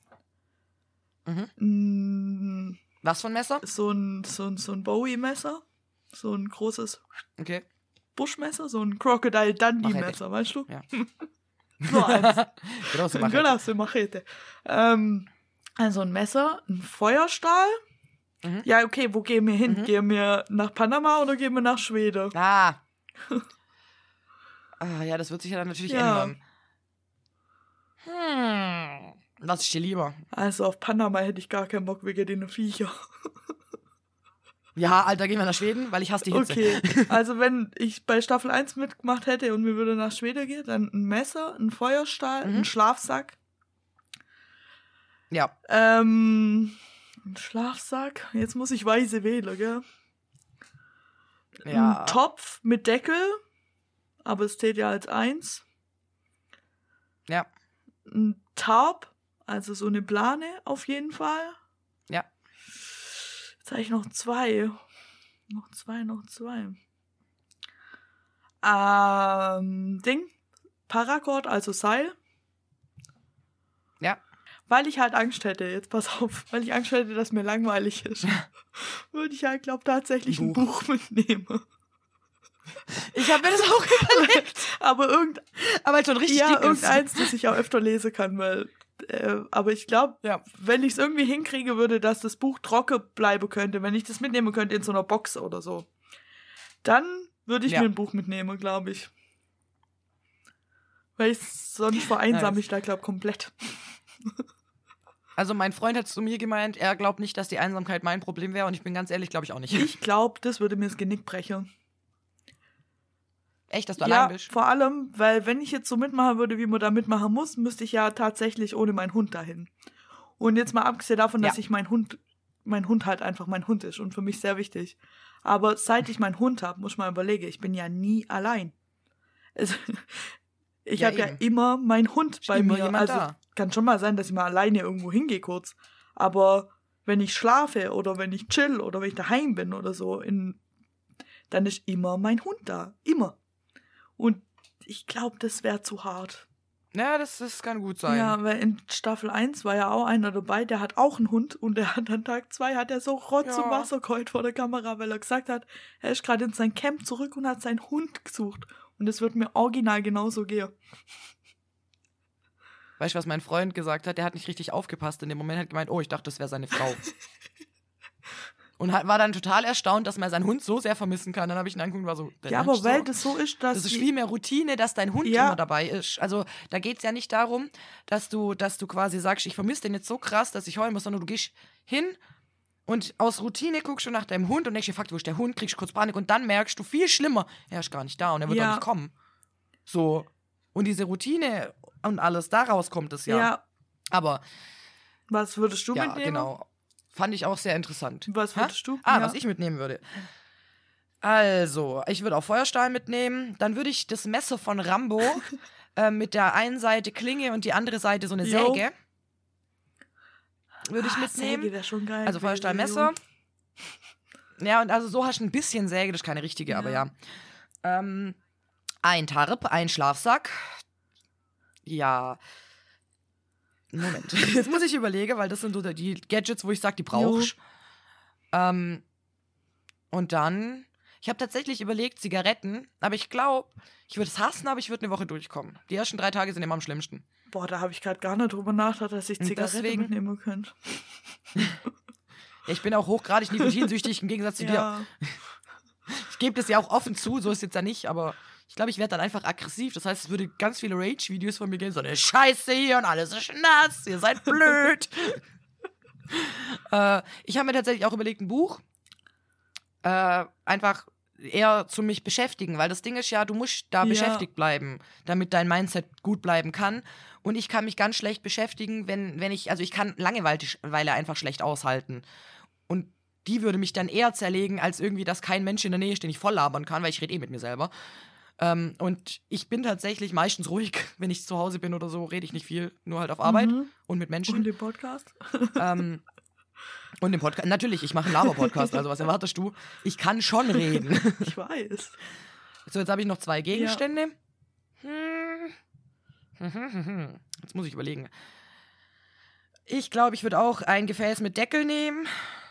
Was für ein Messer? So ein Bowie-Messer. So ein großes Buschmesser. So ein Crocodile Dundee-Messer, weißt du? Ja. Nur eins. Große Machete. Machete. Also ein Messer, ein Feuerstahl. Ja, okay, wo gehen wir hin? Gehen wir nach Panama oder gehen wir nach Schweden? Ja, das wird sich ja dann natürlich ändern. Was ist dir lieber? Also auf Panama hätte ich gar keinen Bock wegen den Viecher. Ja, Alter, gehen wir nach Schweden, weil ich hasse die Hitze. Okay, also wenn ich bei Staffel 1 mitgemacht hätte und wir würden nach Schweden gehen, dann ein Messer, ein Feuerstahl, ein Schlafsack. Ja. Ein Schlafsack. Jetzt muss ich weise wählen, gell? Ja. Ein Topf mit Deckel, aber es zählt ja als 1. Ja. Ein Tarp, also so eine Plane auf jeden Fall. Ja. Jetzt habe ich noch 2. Noch zwei. Paracord, also Seil. Ja. Weil ich halt Angst hätte, jetzt pass auf, weil ich Angst hätte, dass mir langweilig ist, würde ich halt, glaube tatsächlich ein Buch mitnehmen. Ich habe mir das auch überlegt. Aber schon richtig dick ist. Irgendeins, das ich auch öfter lesen kann, weil aber ich glaube, wenn ich es irgendwie hinkriege würde, dass das Buch trocken bleiben könnte, wenn ich das mitnehmen könnte in so einer Box oder so, dann würde ich mir ein Buch mitnehmen, glaube ich. Weil sonst vereinsame ich da, glaube ich, komplett. Also mein Freund hat zu mir gemeint, er glaubt nicht, dass die Einsamkeit mein Problem wäre und ich bin ganz ehrlich, glaube ich auch nicht. Ich glaube, das würde mir das Genick brechen. Echt, dass du allein bist? Ja, vor allem, weil wenn ich jetzt so mitmachen würde, wie man da mitmachen muss, müsste ich ja tatsächlich ohne meinen Hund dahin. Und jetzt mal abgesehen davon, dass ich mein Hund halt einfach mein Hund ist und für mich sehr wichtig. Aber seit ich meinen Hund habe, muss ich mal überlegen, ich bin ja nie allein. Also, ich habe ja immer meinen Hund bei mir. Also kann schon mal sein, dass ich mal alleine irgendwo hingehe kurz. Aber wenn ich schlafe oder wenn ich chill oder wenn ich daheim bin oder so, dann ist immer mein Hund da. Immer. Und ich glaube, das wäre zu hart. Ja, das kann gut sein. Ja, weil in Staffel 1 war ja auch einer dabei, der hat auch einen Hund und der hat an Tag 2 hat er so Rotz und Wasser geheult vor der Kamera, weil er gesagt hat, er ist gerade in sein Camp zurück und hat seinen Hund gesucht. Und das wird mir original genauso gehen. Weißt du, was mein Freund gesagt hat? Der hat nicht richtig aufgepasst. In dem Moment hat gemeint, oh, ich dachte, das wäre seine Frau. Und war dann total erstaunt, dass man seinen Hund so sehr vermissen kann. Dann habe ich ihn angeguckt und war so, ja, aber weil das so ist, dass... Das ist viel mehr Routine, dass dein Hund immer dabei ist. Also da geht es ja nicht darum, dass du quasi sagst, ich vermisse den jetzt so krass, dass ich heulen muss, sondern du gehst hin und aus Routine guckst du nach deinem Hund und denkst dir, fuck, wo ist der Hund, kriegst kurz Panik und dann merkst du viel schlimmer, er ist gar nicht da und er wird auch nicht kommen. So. Und diese Routine und alles, daraus kommt es ja. Ja. Aber... Was würdest du mitnehmen? Ja, genau. Fand ich auch sehr interessant. Was würdest du? Was ich mitnehmen würde. Also, ich würde auch Feuerstahl mitnehmen. Dann würde ich das Messer von Rambo mit der einen Seite Klinge und die andere Seite so eine Säge. Würde ich mitnehmen. Säge wäre schon geil. Also Feuerstahlmesser. Ja, und also so hast du ein bisschen Säge, das ist keine richtige, aber ja. Ein Tarp, ein Schlafsack. Ja. Moment. Jetzt muss ich überlegen, weil das sind so die Gadgets, wo ich sage, die brauchst. Und dann, ich habe tatsächlich überlegt, Zigaretten, aber ich glaube, ich würde es hassen, aber ich würde eine Woche durchkommen. Die ersten 3 Tage sind immer am schlimmsten. Boah, da habe ich gerade gar nicht drüber nachgedacht, dass ich Zigaretten mitnehmen könnte. Ich bin auch hochgradig nikotinsüchtig im Gegensatz zu dir. Ich gebe das ja auch offen zu, so ist es jetzt ja nicht, aber ich glaube, ich werde dann einfach aggressiv. Das heißt, es würde ganz viele Rage-Videos von mir geben, so eine Scheiße hier und alles ist nass, ihr seid blöd. Ich habe mir tatsächlich auch überlegt, ein Buch einfach eher zu mich beschäftigen, weil das Ding ist ja, du musst da beschäftigt bleiben, damit dein Mindset gut bleiben kann. Und ich kann mich ganz schlecht beschäftigen, wenn ich kann Langeweile einfach schlecht aushalten. Und die würde mich dann eher zerlegen, als irgendwie, dass kein Mensch in der Nähe steht, den ich voll labern kann, weil ich rede mit mir selber. Und ich bin tatsächlich meistens ruhig, wenn ich zu Hause bin oder so, rede ich nicht viel, nur halt auf Arbeit und mit Menschen. Und im Podcast. Und im Podcast, natürlich, ich mache einen Laber-Podcast, also was erwartest du? Ich kann schon reden. Ich weiß. So, jetzt habe ich noch 2 Gegenstände. Jetzt muss ich überlegen. Ich glaube, ich würde auch ein Gefäß mit Deckel nehmen.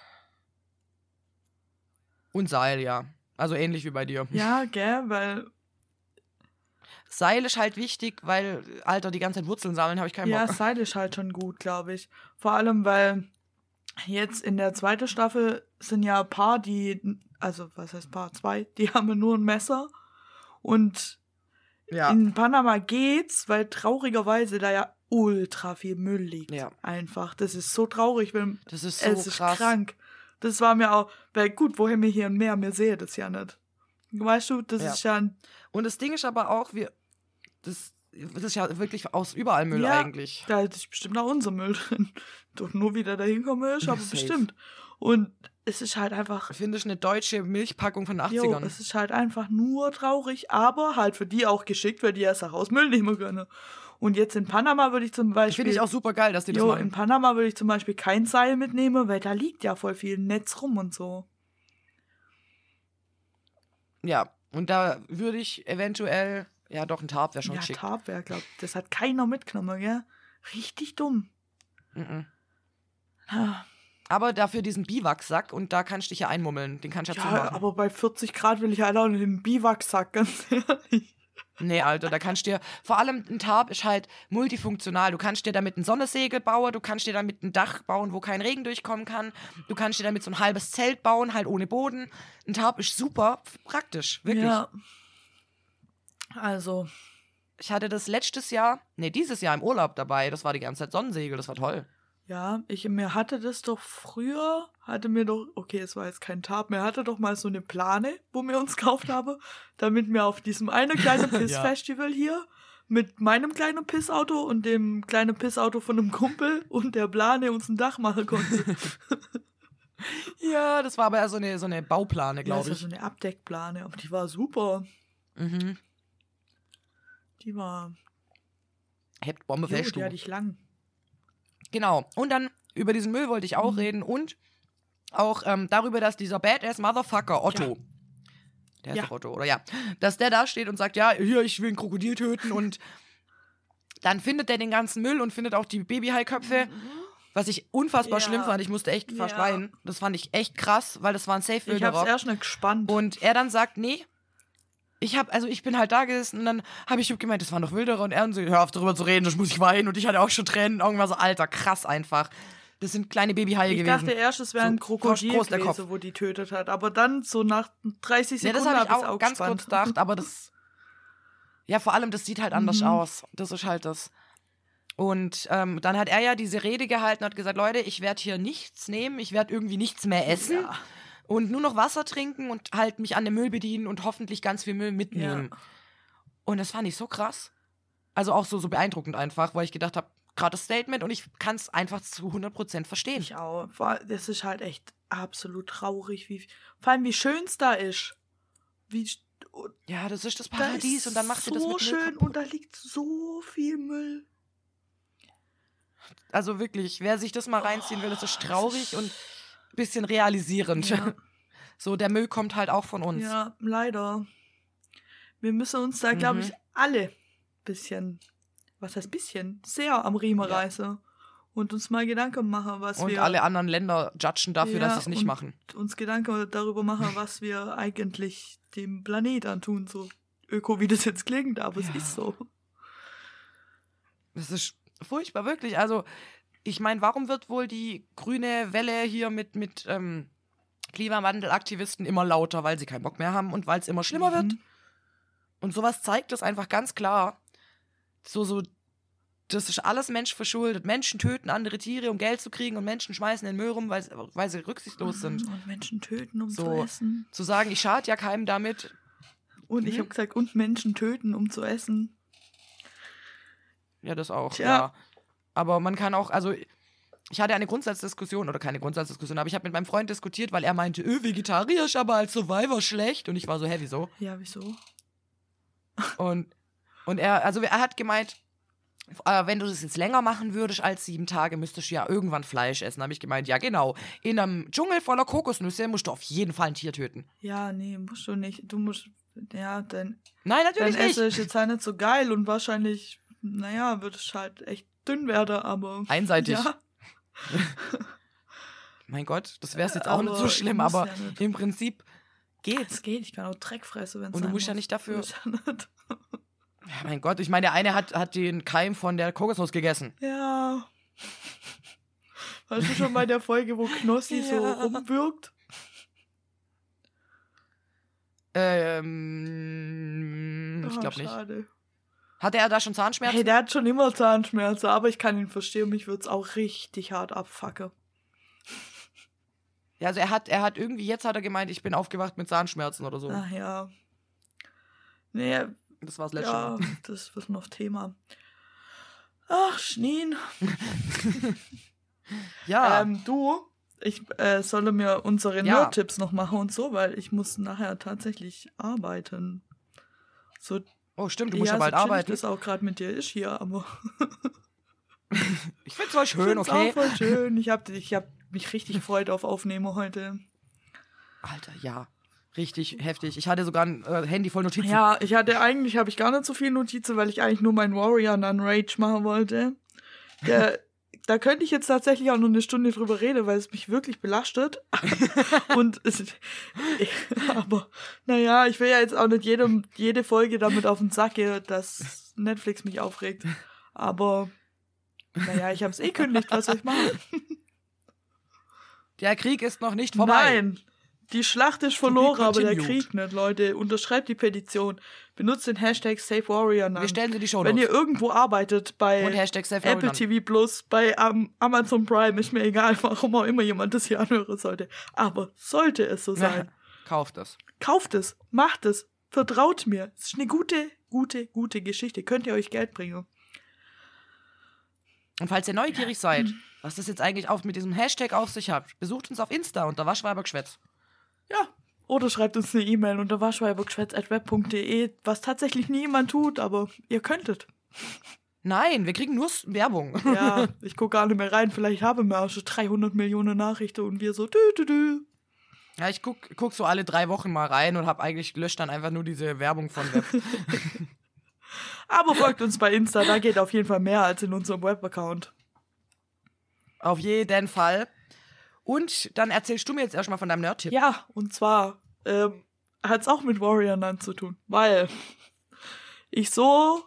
Und Seil, ja. Also ähnlich wie bei dir. Ja, gell, weil... Seil ist halt wichtig, weil, Alter, die ganze Zeit Wurzeln sammeln, habe ich keinen Bock. Ja, Seil ist halt schon gut, glaube ich. Vor allem, weil jetzt in der 2. Staffel sind ja ein paar, die... Also, was heißt paar? 2, die haben ja nur ein Messer. Und in Panama geht's, weil traurigerweise da ja ultra viel Müll liegt. Ja. Einfach. Das ist so traurig, weil das ist so krass. Ist krank. Das war mir auch, weil gut, woher mir hier ein Meer, mir sehe das ja nicht. Weißt du, das ist ja ein... Und das Ding ist aber auch, das ist ja wirklich aus überall Müll eigentlich. Da ist bestimmt auch unser Müll drin. Doch nur wieder dahin komme ich, aber bestimmt. Und es ist halt einfach... Finde ich eine deutsche Milchpackung von den 80ern. Jo, es ist halt einfach nur traurig, aber halt für die auch geschickt, weil die erst aus Müll nehmen können. Und jetzt in Panama würde ich zum Beispiel... Finde ich auch super geil, dass die das machen. In Panama würde ich zum Beispiel kein Seil mitnehmen, weil da liegt ja voll viel Netz rum und so. Ja, und da würde ich eventuell... Ja, doch, ein Tarp wäre schon schick. Ja, Tarp wäre, glaube ich. Das hat keiner mitgenommen, gell? Richtig dumm. Aber dafür diesen Biwaksack und da kannst du dich ja einmummeln. Den kannst du ja zumachen. Aber bei 40 Grad will ich halt auch nicht in den Biwaksack, ganz ehrlich. Nee, Alter, da kannst du dir, vor allem ein Tarp ist halt multifunktional. Du kannst dir damit ein Sonnensegel bauen, du kannst dir damit ein Dach bauen, wo kein Regen durchkommen kann. Du kannst dir damit so ein halbes Zelt bauen, halt ohne Boden. Ein Tarp ist super praktisch, wirklich. Ja. Also, ich hatte das dieses Jahr im Urlaub dabei. Das war die ganze Zeit Sonnensegel, das war toll. Ja, mir hatte das doch früher, okay, es war jetzt kein Tarp, mir hatte doch mal so eine Plane, wo wir uns gekauft haben, damit wir auf diesem einen kleinen Piss-Festival hier mit meinem kleinen Pissauto und dem kleinen Pissauto von einem Kumpel und der Plane uns ein Dach machen konnten. Ja, das war aber eher so eine Bauplane, glaube ich. Ja, das war so eine Abdeckplane, aber die war super. Die war... Hebt Bombe fest. Die hatte ich lang. Genau. Und dann über diesen Müll wollte ich auch reden und auch darüber, dass dieser Badass Motherfucker Otto, der ist doch Otto, oder dass der da steht und sagt, ja, hier, ich will ein Krokodil töten und dann findet der den ganzen Müll und findet auch die Babyhaiköpfe, was ich unfassbar schlimm fand. Ich musste echt verschreien. Das fand ich echt krass, weil das war ein Safe-Wilderer. Ich hab's erst nicht gespannt. Und er dann sagt, nee, ich bin halt da gesessen und dann habe ich gemeint, das waren doch Wilderer und er und so, hör auf darüber zu reden, das muss ich weinen und ich hatte auch schon Tränen in den Augen, war so, Alter, krass einfach. Das sind kleine Babyhaie gewesen. Ich dachte erst, es wäre ein Krokodil gewesen, wo die tötet hat, aber dann so nach 30 Sekunden das habe ich auch ganz gespannt. kurz gedacht, aber das, ja, vor allem, das sieht halt anders aus. Das ist halt das. Und dann hat er ja diese Rede gehalten und hat gesagt, Leute, ich werde hier nichts nehmen, ich werde irgendwie nichts mehr essen. Ja. Und nur noch Wasser trinken und halt mich an dem Müll bedienen und hoffentlich ganz viel Müll mitnehmen. Ja. Und das fand ich so krass. Also auch so beeindruckend einfach, weil ich gedacht habe, gerade das Statement und ich kann es einfach zu 100% verstehen. Ich auch. Das ist halt echt absolut traurig, vor allem wie schön es da ist. Ja, das ist das Paradies und dann macht ihr das so mit Müll schön kaputt. und da liegt so viel Müll. Also wirklich, wer sich das mal reinziehen will, das ist traurig und ein bisschen realisierend. Ja. So, der Müll kommt halt auch von uns. Ja, leider. Wir müssen uns da, glaube ich, alle sehr am Riemen reißen und uns mal Gedanken machen, und alle anderen Länder judgen dafür, dass sie es nicht machen. Uns Gedanken darüber machen, was wir eigentlich dem Planet antun, so öko, wie das jetzt klingt, aber es ist so. Das ist furchtbar, wirklich. Also, ich meine, warum wird wohl die grüne Welle hier mit Klimawandelaktivisten immer lauter? Weil sie keinen Bock mehr haben und weil es immer schlimmer wird. Und sowas zeigt es einfach ganz klar. Das ist alles menschverschuldet. Menschen töten andere Tiere, um Geld zu kriegen und Menschen schmeißen den Müll rum, weil sie rücksichtslos sind. Und Menschen töten, um So, zu essen. zu sagen, ich schade ja keinem damit. Und ich habe gesagt, und Menschen töten, um zu essen. Ja, das auch, Tja. ja. Aber man kann auch, also ich hatte eine Grundsatzdiskussion, oder keine Grundsatzdiskussion, aber ich habe mit meinem Freund diskutiert, weil er meinte, Vegetarier ist aber als Survivor schlecht. Und ich war so, hä, wieso? Ja, wieso? Und er hat gemeint, wenn du das jetzt länger machen würdest als 7 Tage, müsstest du ja irgendwann Fleisch essen. Da habe ich gemeint, ja genau, in einem Dschungel voller Kokosnüsse musst du auf jeden Fall ein Tier töten. Ja, nee, musst du nicht. Du musst, ja, Nein, natürlich dein nicht. Essen ist jetzt halt nicht so geil und wahrscheinlich, naja, wird es halt echt dünn werden, aber... Einseitig. Ja. Mein Gott, das wäre jetzt auch nicht so schlimm, muss aber ja nicht. im Prinzip geht's. Es geht, ich kann auch Dreck fressen, wenn es Und du musst ja nicht dafür... Muss ja nicht. Ja, mein Gott, ich meine, der eine hat den Keim von der Kokosnuss gegessen. Ja. Warst du schon bei der Folge, wo Knossi so rumwirkt? Ich glaube nicht. Schade. Hatte er da schon Zahnschmerzen? Hey, der hat schon immer Zahnschmerzen, aber ich kann ihn verstehen, mich würde es auch richtig hart abfacken. Ja, also er hat irgendwie, jetzt hat er gemeint, ich bin aufgewacht mit Zahnschmerzen oder so. Ach ja. Nee, Das war das letzte ja, Mal. das wird noch Thema. Ach, Schneen. Ja. Ich solle mir unsere Ja. Nerd-Tipps noch machen und so, weil ich muss nachher tatsächlich arbeiten. So, Oh, stimmt, du musst ja so bald chillig arbeiten. das auch gerade mit dir ist hier, aber Ich find's voll schön, find's okay? auch voll schön. Ich hab mich richtig gefreut auf Aufnehmer heute. Alter, ja. Richtig heftig. Ich hatte sogar ein Handy voll Notizen. Ja, habe ich gar nicht so viel Notizen, weil ich eigentlich nur meinen Warrior und dann Rage machen wollte. Da könnte ich jetzt tatsächlich auch noch eine Stunde drüber reden, weil es mich wirklich belastet. Aber naja, ich will ja jetzt auch nicht jede Folge damit auf den Sack gehen, dass Netflix mich aufregt. Aber naja, ich habe es kündigt, was soll ich machen? Der Krieg ist noch nicht vorbei. Nein, die Schlacht ist verloren, aber der continued. Krieg nicht, Leute. Unterschreibt die Petition. Benutzt den Hashtag SaveWarrior. Wir stellen sie in die Show Wenn ihr irgendwo arbeitet, bei Und Hashtag Apple TV Plus, bei Amazon Prime, ist mir egal, warum auch immer jemand das hier anhören sollte. Aber sollte es so sein, Kauft das. kauft es, macht es, vertraut mir. Es ist eine gute Geschichte. Könnt ihr euch Geld bringen. Und falls ihr neugierig seid, was das jetzt eigentlich auch mit diesem Hashtag auf sich hat, besucht uns auf Insta unter Waschweibergeschwätz. Ja. Oder schreibt uns eine E-Mail unter waschweibergeschwätz@web.de, was tatsächlich niemand tut, aber ihr könntet. Nein, wir kriegen nur Werbung. Ja, ich gucke gar nicht mehr rein. Vielleicht haben wir auch schon 300 Millionen Nachrichten und wir so Ja, ich guck so alle 3 Wochen mal rein und habe eigentlich gelöscht dann einfach nur diese Werbung von Web. Aber folgt uns bei Insta, da geht auf jeden Fall mehr als in unserem Web-Account. Auf jeden Fall. Und dann erzählst du mir jetzt erstmal von deinem Nerd-Tipp. Ja, und zwar hat es auch mit Warrior Nun zu tun, weil ich so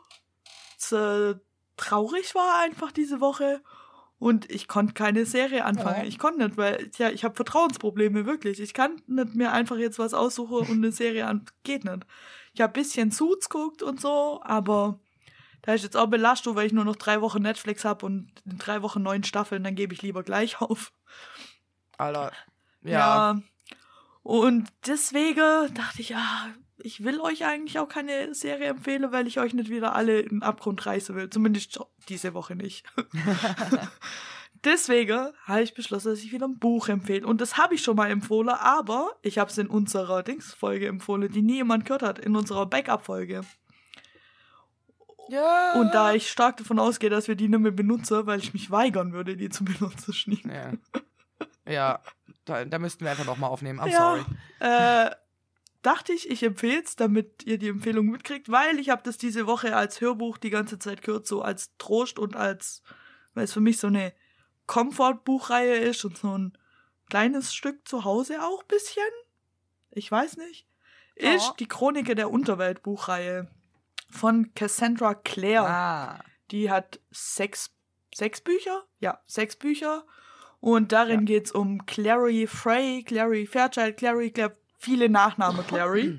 traurig war einfach diese Woche und ich konnte keine Serie anfangen. Oh. Ich konnte nicht, weil ich habe Vertrauensprobleme, wirklich. Ich kann nicht mir einfach jetzt was aussuchen und eine Serie an. Geht nicht. Ich habe ein bisschen Suits geguckt und so, aber da ist jetzt auch Belastung, weil ich nur noch 3 Wochen Netflix habe und in 3 Wochen 9 Staffeln, dann gebe ich lieber gleich auf. Alter. Ja. Und deswegen dachte ich, ich will euch eigentlich auch keine Serie empfehlen, weil ich euch nicht wieder alle in den Abgrund reißen will. Zumindest diese Woche nicht. Deswegen habe ich beschlossen, dass ich wieder ein Buch empfehle. Und das habe ich schon mal empfohlen, aber ich habe es in unserer Dings-Folge empfohlen, die nie jemand gehört hat, in unserer Backup-Folge. Ja. Und da ich stark davon ausgehe, dass wir die nicht mehr benutzen, weil ich mich weigern würde, die zu benutzen, Schnee. Ja, da müssten wir einfach nochmal aufnehmen. I'm sorry. Dachte ich empfehle es, damit ihr die Empfehlung mitkriegt, weil ich habe das diese Woche als Hörbuch die ganze Zeit gehört, so als Trost und als, weil es für mich so eine Comfort-Buchreihe ist und so ein kleines Stück zu Hause auch ein bisschen. Ich weiß nicht. Ist die Chroniken der Unterwelt-Buchreihe von Cassandra Clare. Die hat sechs Bücher? Ja, 6 Bücher. Und darin geht's um Clary Frey, Clary Fairchild, Clary, viele Nachnamen Clary.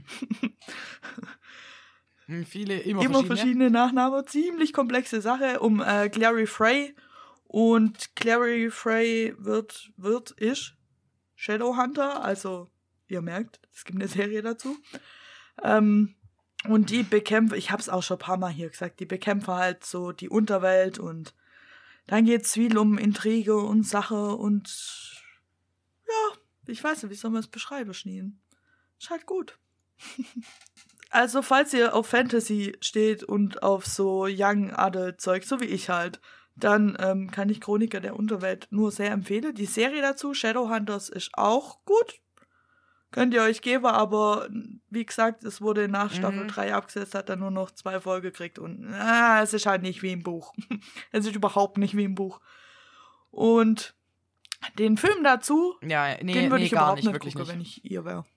Viele, immer verschiedene Nachnamen. Ziemlich komplexe Sache um Clary Frey. Und Clary Frey ist Shadowhunter, also ihr merkt, es gibt eine Serie dazu. Und die bekämpfen, ich hab's auch schon ein paar Mal hier gesagt, die bekämpfen halt so die Unterwelt und dann geht's viel um Intrige und Sache und ja, ich weiß nicht, wie soll man es beschreiben, Schneen? Ist halt gut. Also, falls ihr auf Fantasy steht und auf so Young Adult Zeug, so wie ich halt, dann kann ich Chroniker der Unterwelt nur sehr empfehlen. Die Serie dazu, Shadowhunters, ist auch gut. Könnt ihr euch geben, aber wie gesagt, es wurde nach Staffel 3 abgesetzt, hat dann nur noch 2 Folgen gekriegt und es ist halt nicht wie im Buch. Es ist überhaupt nicht wie im Buch. Und den Film dazu, den würde ich überhaupt nicht wirklich gucken, wenn ich ihr wäre.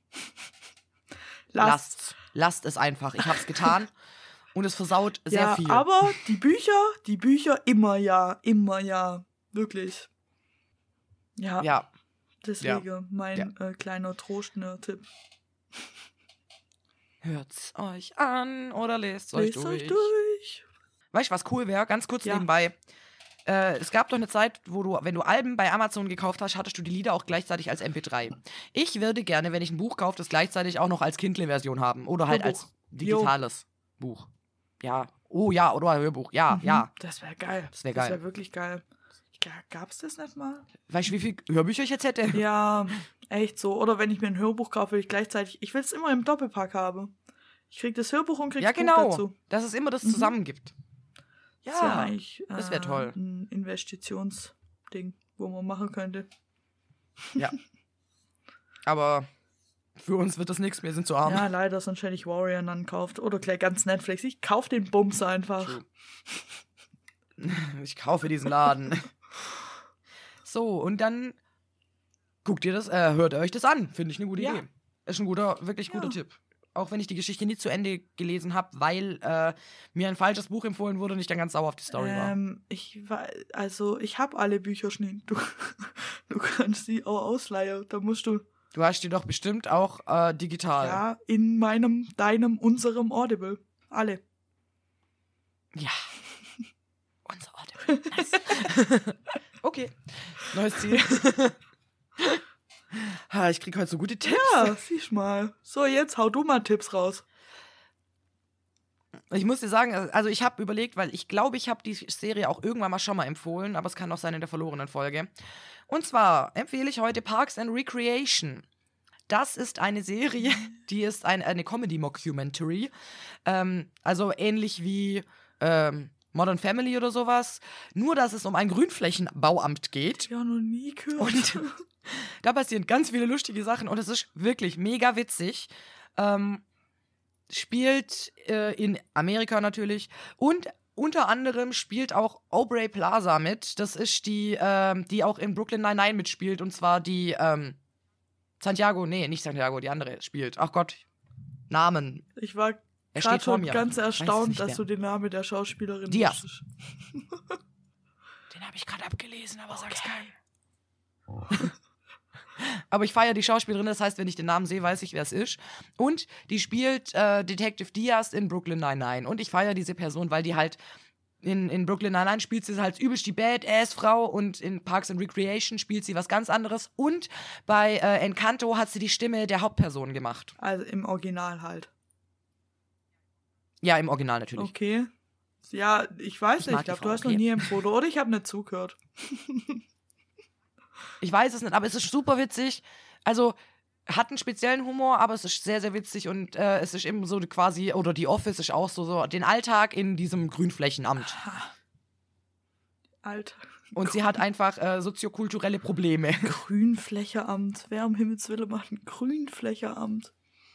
Lasst es einfach. Ich hab's getan und es versaut sehr viel. Aber die Bücher immer ja. Wirklich. Ja. Deswegen mein kleiner trostender Tipp. Hört's euch an oder lest euch durch. Weißt du, was cool wäre? Ganz kurz nebenbei. Es gab doch eine Zeit, wo wenn du Alben bei Amazon gekauft hast, hattest du die Lieder auch gleichzeitig als MP3. Ich würde gerne, wenn ich ein Buch kaufe, das gleichzeitig auch noch als Kindle-Version haben. Oder halt als digitales Buch. Ja. Oh ja, oder Hörbuch. Ja. Das wäre geil. Das wäre wirklich geil. Gab's das nicht mal? Weißt du, wie viele Hörbücher ich jetzt hätte? Ja, echt so. Oder wenn ich mir ein Hörbuch kaufe, will ich gleichzeitig, ich will es immer im Doppelpack haben. Ich krieg das Hörbuch und krieg das Buch dazu. Dass es immer das zusammen gibt. Ja, eigentlich, das wäre toll. Ein Investitionsding, wo man machen könnte. Ja. Aber für uns wird das nichts, wir sind zu arm. Ja, leider, sonst hätte ich Warrior dann gekauft. Oder gleich ganz Netflix. Ich kauf den Bums einfach. Ich kaufe diesen Laden. So, und dann guckt ihr das, hört euch das an. Finde ich eine gute Idee. Ist ein wirklich guter Tipp. Auch wenn ich die Geschichte nicht zu Ende gelesen habe, weil mir ein falsches Buch empfohlen wurde und ich dann ganz sauer auf die Story war. Ich habe alle Bücher schon. Du kannst sie auch ausleihen. Da musst du. Du hast die doch bestimmt auch digital. Ja, in deinem, unserem Audible. Alle. Ja. Unser Audible. Nice. Okay. Neues Ziel. Ich krieg heute so gute Tipps. Ja, siehst mal. So, jetzt hau du mal Tipps raus. Ich muss dir sagen, also ich habe überlegt, weil ich glaube, ich habe die Serie auch irgendwann mal schon mal empfohlen, aber es kann auch sein in der verlorenen Folge. Und zwar empfehle ich heute Parks and Recreation. Das ist eine Serie, die ist eine Comedy-Mockumentary. Also ähnlich wie Modern Family oder sowas. Nur, dass es um ein Grünflächenbauamt geht. Ja, noch nie gehört. Und da passieren ganz viele lustige Sachen und es ist wirklich mega witzig. Spielt in Amerika natürlich und unter anderem spielt auch Aubrey Plaza mit. Das ist die auch in Brooklyn Nine-Nine mitspielt und zwar die Santiago, nee, nicht Santiago, die andere spielt. Ach Gott, Namen. Ich war gerade schon ganz erstaunt, dass du den Namen der Schauspielerin wusstest. Den habe ich gerade abgelesen, aber sag's keinem. Aber ich feiere die Schauspielerin, das heißt, wenn ich den Namen sehe, weiß ich, wer es ist. Und die spielt Detective Diaz in Brooklyn Nine-Nine. Und ich feiere diese Person, weil die halt in Brooklyn Nine-Nine spielt sie halt übelst die Badass-Frau und in Parks and Recreation spielt sie was ganz anderes. Und bei Encanto hat sie die Stimme der Hauptperson gemacht. Also im Original halt. Ja, im Original natürlich. Okay. Ja, ich weiß Ich nicht. mag Ich die glaube, Frau, du hast okay. noch nie empfohlen. Oder ich habe nicht zugehört. Ich weiß es nicht, aber es ist super witzig. Also hat einen speziellen Humor, aber es ist sehr, sehr witzig und es ist eben so quasi, oder die Office ist auch so den Alltag in diesem Grünflächenamt. Alter. Und sie hat einfach soziokulturelle Probleme. Grünflächeamt. Wer um Himmels Willen macht ein Grünflächeamt?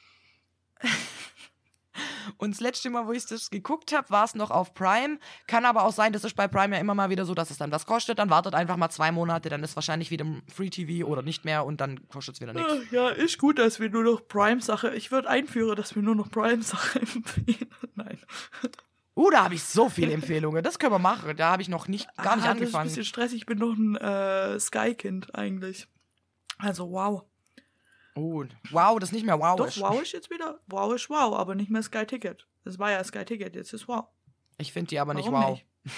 Und das letzte Mal, wo ich das geguckt habe, war es noch auf Prime. Kann aber auch sein, das ist bei Prime ja immer mal wieder so, dass es dann was kostet. Dann wartet einfach mal 2 Monate, dann ist wahrscheinlich wieder Free TV oder nicht mehr und dann kostet es wieder nichts. Ja, ist gut, dass wir nur noch Prime-Sache. Ich würde einführen, dass wir nur noch Prime-Sache empfehlen. Nein. Da habe ich so viele Empfehlungen. Das können wir machen. Da habe ich noch gar nicht Das ist ein angefangen. bisschen stressig. Ich bin noch ein Sky-Kind eigentlich. Also wow. Oh, wow, das ist nicht mehr wow. Doch, wow ist jetzt wieder. Wow ist wow, aber nicht mehr Sky Ticket. Das war ja Sky Ticket, jetzt ist wow. Ich finde die aber nicht Warum wow.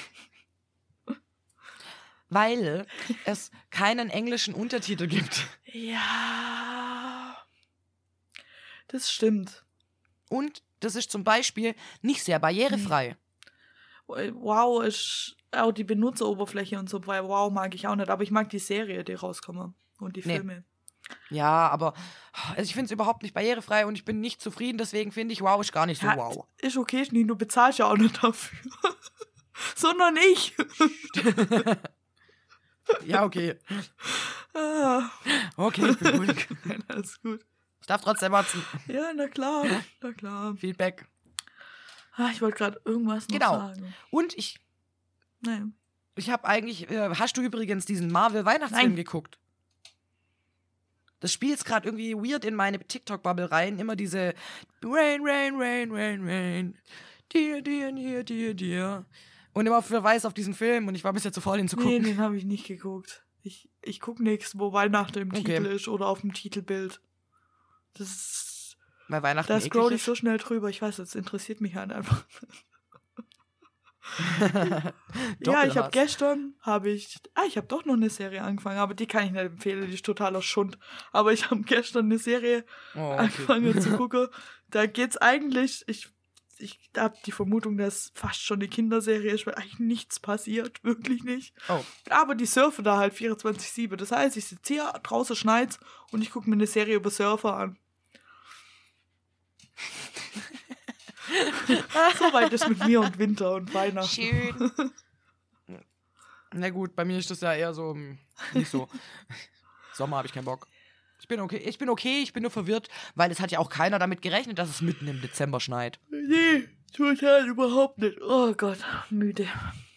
Weil es keinen englischen Untertitel gibt. Ja. Das stimmt. Und das ist zum Beispiel nicht sehr barrierefrei. Wow ist auch die Benutzeroberfläche und so, weil wow mag ich auch nicht, aber ich mag die Serie, die rauskommen und die Filme. Ja, aber also ich finde es überhaupt nicht barrierefrei und ich bin nicht zufrieden, deswegen finde ich, wow ist gar nicht so Ja, wow. ist okay, Schnee, du bezahlst ja auch nicht dafür. Sondern ich. Ja, okay. Ah. Okay, ich bin ruhig. Nein, alles gut. Ich darf trotzdem mal Ja, na klar, na klar. Feedback. Ich wollte gerade irgendwas noch Genau. sagen. Und ich Nein. habe eigentlich, hast du übrigens diesen Marvel-Weihnachtsfilm Nein. geguckt? Das spielt gerade irgendwie weird in meine TikTok-Bubble rein. Immer diese Rain, Rain, Rain, Rain, Rain. Dear, dear, dear, dear, dear. Und immer Verweis auf diesen Film und ich war bis jetzt zu faul, ihn zu Nee, gucken. den habe ich nicht geguckt. Ich gucke nichts, wo Weihnachten im Titel ist oder auf dem Titelbild. Das ist, Weil Weihnachten da eklig scroll ich ist. so schnell drüber. Ich weiß, das interessiert mich halt einfach. Ja, ich habe Doppelhass. gestern, ich habe doch noch eine Serie angefangen, aber die kann ich nicht empfehlen, die ist totaler Schund. Aber ich habe gestern eine Serie Oh, okay. angefangen zu gucken. Da geht's eigentlich, ich habe die Vermutung, dass fast schon eine Kinderserie ist, weil eigentlich nichts passiert, wirklich nicht. Oh. Aber die surfen da halt 24/7. Das heißt, ich sitze hier, draußen schneit's und ich gucke mir eine Serie über Surfer an. So weit ist mit mir und Winter und Weihnachten. Schön. Na gut, bei mir ist das ja eher so, nicht so. Sommer habe ich keinen Bock. Ich bin okay, ich bin nur verwirrt, weil es hat ja auch keiner damit gerechnet, dass es mitten im Dezember schneit. Nee, total überhaupt nicht. Oh Gott, müde.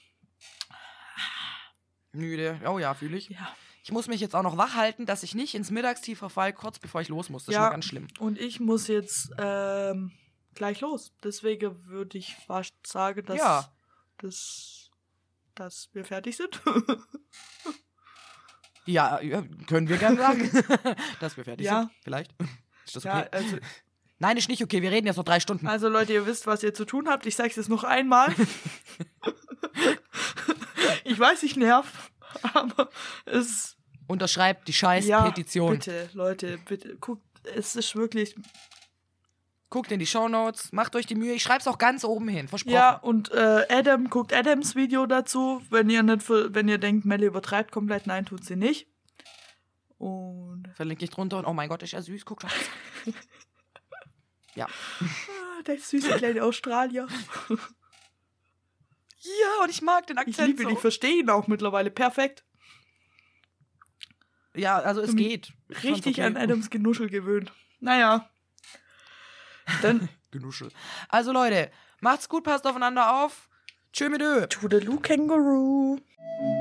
Müde, oh ja, fühle ich. Ja. Ich muss mich jetzt auch noch wach halten, dass ich nicht ins Mittagstief verfall, kurz bevor ich los muss. Das ist schon mal ganz schlimm. Und ich muss jetzt gleich los. Deswegen würde ich fast sagen, dass wir fertig sind. Ja, können wir gerne sagen, dass wir fertig Ja. sind. Vielleicht. Ist das Ja, okay? Nein, ist nicht okay. Wir reden jetzt noch 3 Stunden. also Leute, ihr wisst, was ihr zu tun habt. Ich sage es jetzt noch einmal. Ich weiß, ich nerv, aber es... Unterschreibt die scheiß Ja, Petition. bitte, Leute, bitte. Guckt, es ist wirklich... Guckt in die Shownotes, macht euch die Mühe. Ich schreib's auch ganz oben hin, versprochen. Ja, und guckt Adams Video dazu, wenn ihr denkt, Melle übertreibt komplett. Nein, tut sie nicht. Und Verlinke ich drunter und oh mein Gott, ist ja süß. Guck schon. Ja. der süße kleine Australier. Ja, und ich mag den Ich Akzent liebe ihn, ich verstehe ihn auch mittlerweile perfekt. Ja, also es geht. Richtig an Adams Genuschel gewöhnt. Naja. Dann Genuschel. Also Leute, macht's gut, passt aufeinander auf. Tschö mit Ö. Toodaloo Känguru.